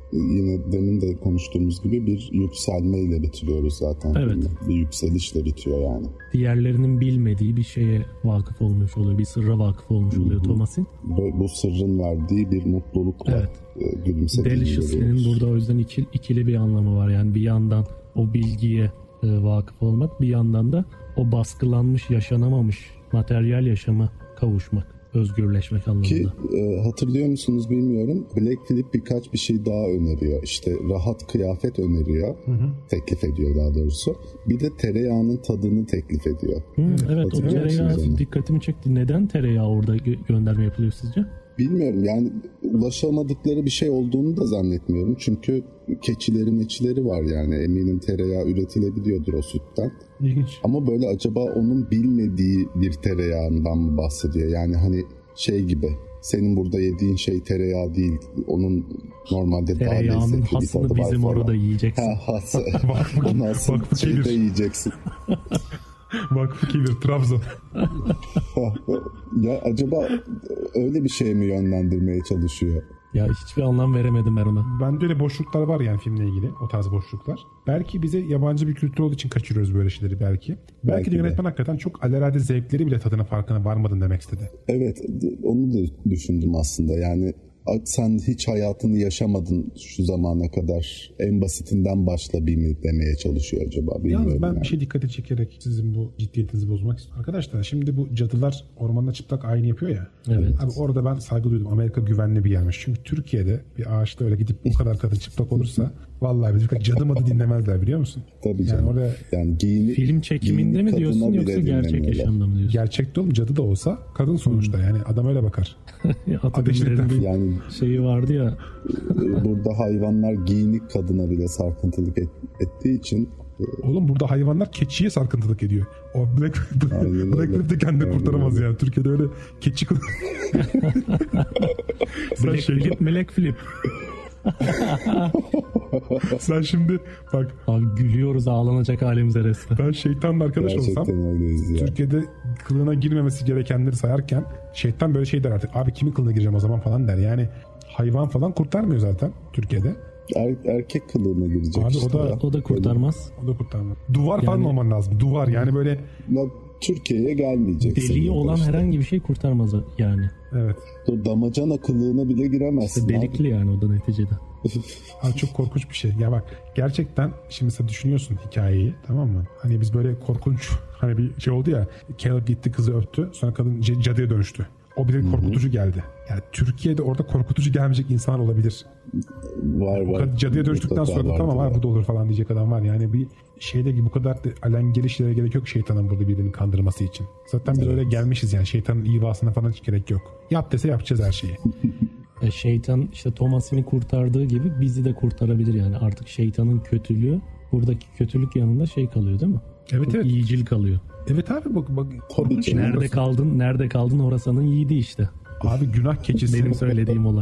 yine demin de konuştuğumuz gibi bir yükselmeyle bitiriyoruz zaten. Evet. Bir yükselişle bitiyor yani. Diğerlerinin bilmediği bir şeye vakıf olmuş oluyor. Bir sırra vakıf olmuş oluyor Thomas'in. Ve bu sırrın verdiği bir mutlulukla evet. gülümsediğini görüyoruz. Delicious'ın burada o yüzden ikili, ikili bir anlamı var. Yani bir yandan o bilgiye e, vakıf olmak, bir yandan da o baskılanmış, yaşanamamış materyal yaşama kavuşmak. Özgürleşmek anlamında. Ki e, hatırlıyor musunuz bilmiyorum. Black Phillip birkaç bir şey daha öneriyor. İşte rahat kıyafet öneriyor. Hı hı. Teklif ediyor daha doğrusu. Bir de tereyağının tadını teklif ediyor. Hı, evet, o tereyağı dikkatimi çekti. Neden tereyağı orada gö- gönderme yapılıyor sizce? Bilmiyorum yani, ulaşamadıkları bir şey olduğunu da zannetmiyorum. Çünkü keçileri meçileri var yani, eminim tereyağı üretilebiliyordur o sütten. İlginç. Ama böyle acaba onun bilmediği bir tereyağından mı bahsediyor? Yani hani şey gibi, senin burada yediğin şey tereyağı değil, onun normalde daha lezzetli bir tadı var. Tereyağının hasını bizim orada yiyeceksin. Ha, hası. Onun hasını şeyde yiyeceksin. Vakfı gelir Trabzon. Ya acaba öyle bir şey mi yönlendirmeye çalışıyor? Ya hiçbir anlam veremedim ben ona. Bende öyle boşluklar var yani filmle ilgili. O tarz boşluklar. Belki bize yabancı bir kültür olduğu için kaçırıyoruz böyle şeyleri belki. Belki, belki de yönetmen de. Hakikaten çok alelade zevkleri bile tadına farkına varmadın demek istedi. Evet, onu da düşündüm aslında. Yani sen hiç hayatını yaşamadın şu zamana kadar. En basitinden başla bir mi demeye çalışıyor acaba? Bilmiyorum. Yalnız ben yani. bir şey dikkati çekerek sizin bu ciddiyetinizi bozmak istiyorum. Arkadaşlar şimdi bu cadılar ormanda çıplak ayin yapıyor ya. Evet. Abi orada ben saygı duydum. Amerika güvenli bir yermiş. Çünkü Türkiye'de bir ağaçta öyle gidip bu kadar kadın çıplak olursa vallahi biz cadı madı dinlemezler, biliyor musun? Tabii canım. Yani orada yani giyini, film çekiminde mi diyorsun yoksa gerçek yaşamda mı diyorsun? Gerçekte oğlum, cadı da olsa kadın sonuçta. Hmm. Yani adam öyle bakar. Ateşlerin bir yani, şeyi vardı ya. Burada hayvanlar giyinik kadına bile sarkıntılık et, ettiği için. Oğlum burada hayvanlar keçiye sarkıntılık ediyor. O Black, Black Phillip de kendini Aynen kurtaramaz öyle. Yani. Türkiye'de öyle keçi Black Phillip, Black Phillip. Sen şimdi bak. Abi gülüyoruz, ağlanacak halimize resmen. Ben şeytanla arkadaş Gerçekten olsam Türkiye'de kılığına girmemesi gerekenleri sayarken şeytan böyle şey der artık. Abi kimin kılığına gireceğim o zaman falan der. Yani hayvan falan kurtarmıyor zaten Türkiye'de. Er, erkek kılığına girecek abi, işte. O da, o da kurtarmaz. O da kurtarmaz. Duvar yani, falan olman lazım. Duvar yani böyle. Ya, Türkiye'ye gelmeyeceksin. Deliği olan işte. Herhangi bir şey kurtarmaz yani. Evet. Dur, damacana kılığına bile giremezsin. İşte delikli abi. Yani o da neticede. Abi çok korkunç bir şey. Ya bak gerçekten şimdi sen düşünüyorsun hikayeyi, tamam mı? Hani biz böyle korkunç hani bir şey oldu ya, Caleb gitti kızı öptü, sonra kadın c- cadıya dönüştü. O bize korkutucu geldi. Yani Türkiye'de orada korkutucu gelmeyecek insan olabilir. Var Bu var. kadar cadıya dönüştükten sonra da tamam var bu da olur falan diyecek adam var. Yani bir şeyde gibi bu kadar da alengili şeylere gerek yok şeytanın burada birbirini kandırması için. Zaten biz evet. öyle gelmişiz yani şeytanın ivasına falan hiç gerek yok. Yap dese yapacağız her şeyi. E şeytan işte Thomas'ini kurtardığı gibi bizi de kurtarabilir yani. Artık şeytanın kötülüğü buradaki kötülük yanında şey kalıyor değil mi? Evet Çok evet. iyicil kalıyor. Evet abi bak bak. Tabii ki. Nerede orası. kaldın? Nerede kaldın? Orasanın yiğidi işte. Abi günah keçisi. Benim söylediğim olay.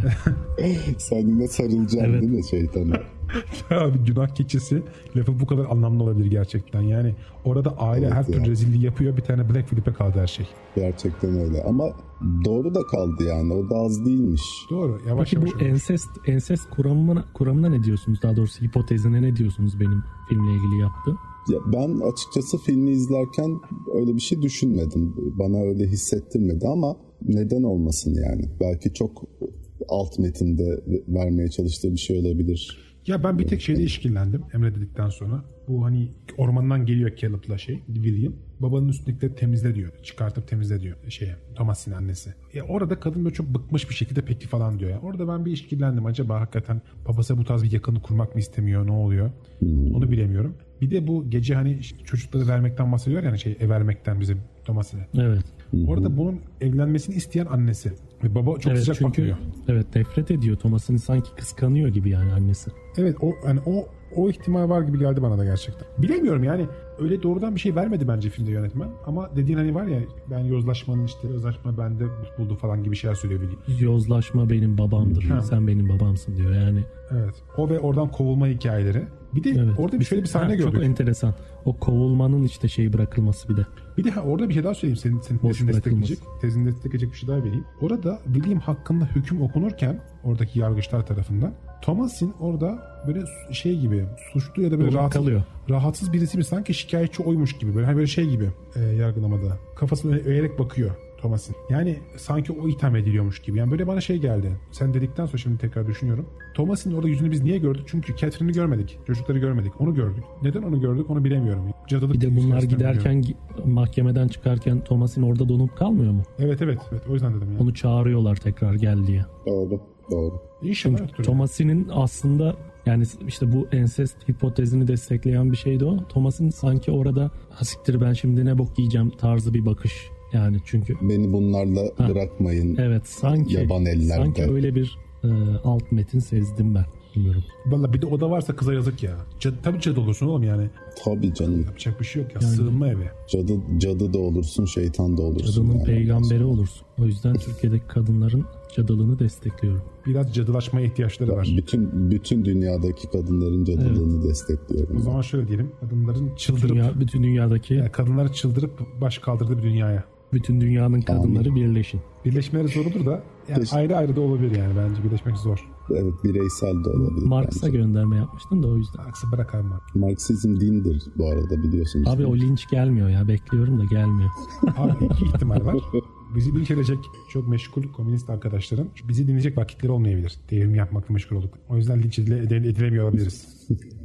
Sen yine sarılacaksın evet. değil mi şeytana? Abi günah keçisi lafı bu kadar anlamlı olabilir gerçekten. Yani orada aile evet her türlü rezilliği yapıyor. Bir tane Black Phillip'e kaldı her şey. Gerçekten öyle. Ama doğru da kaldı yani. O da az değilmiş. Doğru. Yavaş Peki yavaş bu olmuş. ensest, ensest kuramına, kuramına ne diyorsunuz? Daha doğrusu hipotezine ne diyorsunuz benim filmle ilgili yaptığım? Ya ben açıkçası filmi izlerken öyle bir şey düşünmedim. Bana öyle hissettirmedi ama neden olmasın yani? Belki çok alt metinde vermeye çalıştığı bir şey olabilir. Ya ben bir tek şeyde işkillendim Emre dedikten sonra. Bu hani ormandan geliyor Caleb'la şey William. Babanın üstündekileri temizle diyor. Çıkartıp temizle diyor şeye Thomas'ın annesi. Ya orada kadın böyle çok bıkmış bir şekilde peki falan diyor ya. Orada ben bir işkillendim. Acaba hakikaten babası bu tarz bir yakını kurmak mı istemiyor? Ne oluyor? Hmm. Onu bilemiyorum. Bir de bu gece hani çocukları vermekten bahsediyor yani şey ev vermekten bize Thomas'a. Evet. Orada bunun evlenmesini isteyen annesi. Ve baba çok evet, sıcak çünkü, bakmıyor. Evet nefret ediyor. Thomas'ın sanki kıskanıyor gibi yani annesi. Evet o yani o o ihtimal var gibi geldi bana da gerçekten. Bilemiyorum yani öyle doğrudan bir şey vermedi bence filmde yönetmen. Ama dediğin hani var ya ben yozlaşmanın işte yozlaşma bende buldu falan gibi şeyler söylüyor William. Yozlaşma benim babamdır. Ha. Sen benim babamsın diyor yani. Evet. O ve oradan kovulma hikayeleri. Bir de evet. orada bir şöyle bir sahne ha, gördük. Çok enteresan. O kovulmanın işte şeyi bırakılması bir de. Bir de ha, orada bir şey daha söyleyeyim. Senin, senin tezini destekleyecek. Tezini destekleyecek bir şey daha vereyim. Orada William hakkında hüküm okunurken oradaki yargıçlar tarafından Thomas'in orada böyle şey gibi suçlu ya da böyle rahatsız, kalıyor. rahatsız birisi mi sanki şikayetçi oymuş gibi. Böyle hani böyle şey gibi e, yargılamada. Kafasını eğerek bakıyor Thomas'in. Yani sanki o itham ediliyormuş gibi. Yani böyle bana şey geldi. Sen dedikten sonra şimdi tekrar düşünüyorum. Thomas'in orada yüzünü biz niye gördük? Çünkü Catherine'i görmedik. Çocukları görmedik. Onu gördük. Neden onu gördük onu bilemiyorum. Cadılık bir de bunlar giderken biliyorum. Mahkemeden çıkarken Thomas'in orada donup kalmıyor mu? Evet evet. evet o yüzden dedim yani. Onu çağırıyorlar tekrar gel diye. Doğru. Doğru. İnşallah. Thomas'in aslında yani işte bu ensest hipotezini destekleyen bir şeydi o. Thomas'in sanki orada hasiktir ben şimdi ne bok yiyeceğim tarzı bir bakış. Yani çünkü beni bunlarla ha. bırakmayın. Evet sanki yaban ellerde. Sanki öyle bir e, alt metin sezdim ben. Bilmiyorum. Valla bir de o da varsa kıza yazık ya. Cad, tabii cadı olursun oğlum yani. Tabii canım. Yapacak bir şey yok ya. Yani, sığınma evi. Cadı, cadı da olursun, şeytan da olursun. Cadının yani. peygamberi olursun. O yüzden Türkiye'deki kadınların cadılığını destekliyorum. Biraz cadılaşmaya ihtiyaçları var. Bütün bütün dünyadaki kadınların cadılığını evet. destekliyorum. O zaman şöyle diyelim. Kadınların çıldırıp Dünya, bütün dünyadaki yani kadınlar çıldırıp baş kaldırdığı bir dünyaya. Bütün dünyanın kadınları Amin. birleşin. Birleşmeleri zor olur da yani ayrı ayrı da olabilir yani bence birleşmek zor. Evet bireysel de olabilir. Marx'a gönderme yapmıştın da o yüzden. Marx'ı bırak abi. Marksizm dindir bu arada biliyorsunuz. Abi o linç gelmiyor ya bekliyorum da gelmiyor. Abi iki ihtimal var. Bizi linç edecek çok meşgul komünist arkadaşların bizi dinleyecek vakitleri olmayabilir. Devrim yapmakla meşgul olduk. O yüzden linç edile, edilemiyor olabiliriz.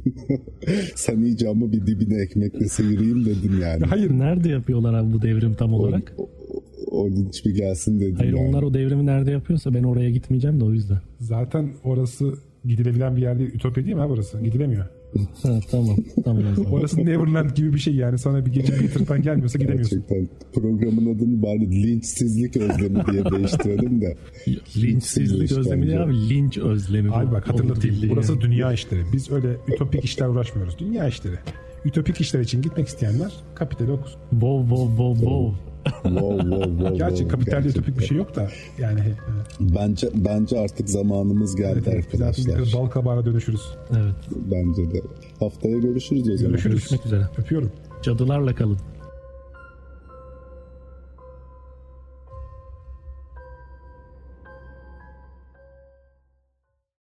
Sen iyice ama bir dibine ekmekle sıyırayım dedim yani. Hayır. Nerede yapıyorlar abi bu devrim tam olarak? O, o, o linç bir gelsin dedim. Hayır yani. Onlar o devrimi nerede yapıyorsa ben oraya gitmeyeceğim de o yüzden. Zaten orası gidilebilen bir yer değil. Ütopya değil mi abi orası? Gidilemiyor. Ha, tamam. tamam Orası Neverland gibi bir şey yani. Sana bir gece bir tırpan gelmiyorsa gidemiyorsun. Gerçekten. Programın adını bari linçsizlik özlemi diye değiştirelim de. Linçsizlik özlemi değil abi. Linç özlemi. Abi bak hatırlatayım. Burası yani. Dünya işleri. Biz öyle ütopik işler uğraşmıyoruz. Dünya işleri. Ütopik işler için gitmek isteyenler Kapital'i okusun. Wow wow wow wow. wow, wow, wow, Gerçi kapitalde ütopik bir şey yok da yani. Evet. Bence bence artık zamanımız geldi evet, arkadaşlar. Zaten bal kabağına dönüşürüz. Evet. Bence de. Haftaya görüşürüz o zaman. Görüşürüz. Görüşmek üzere. Öpüyorum. Cadılarla kalın.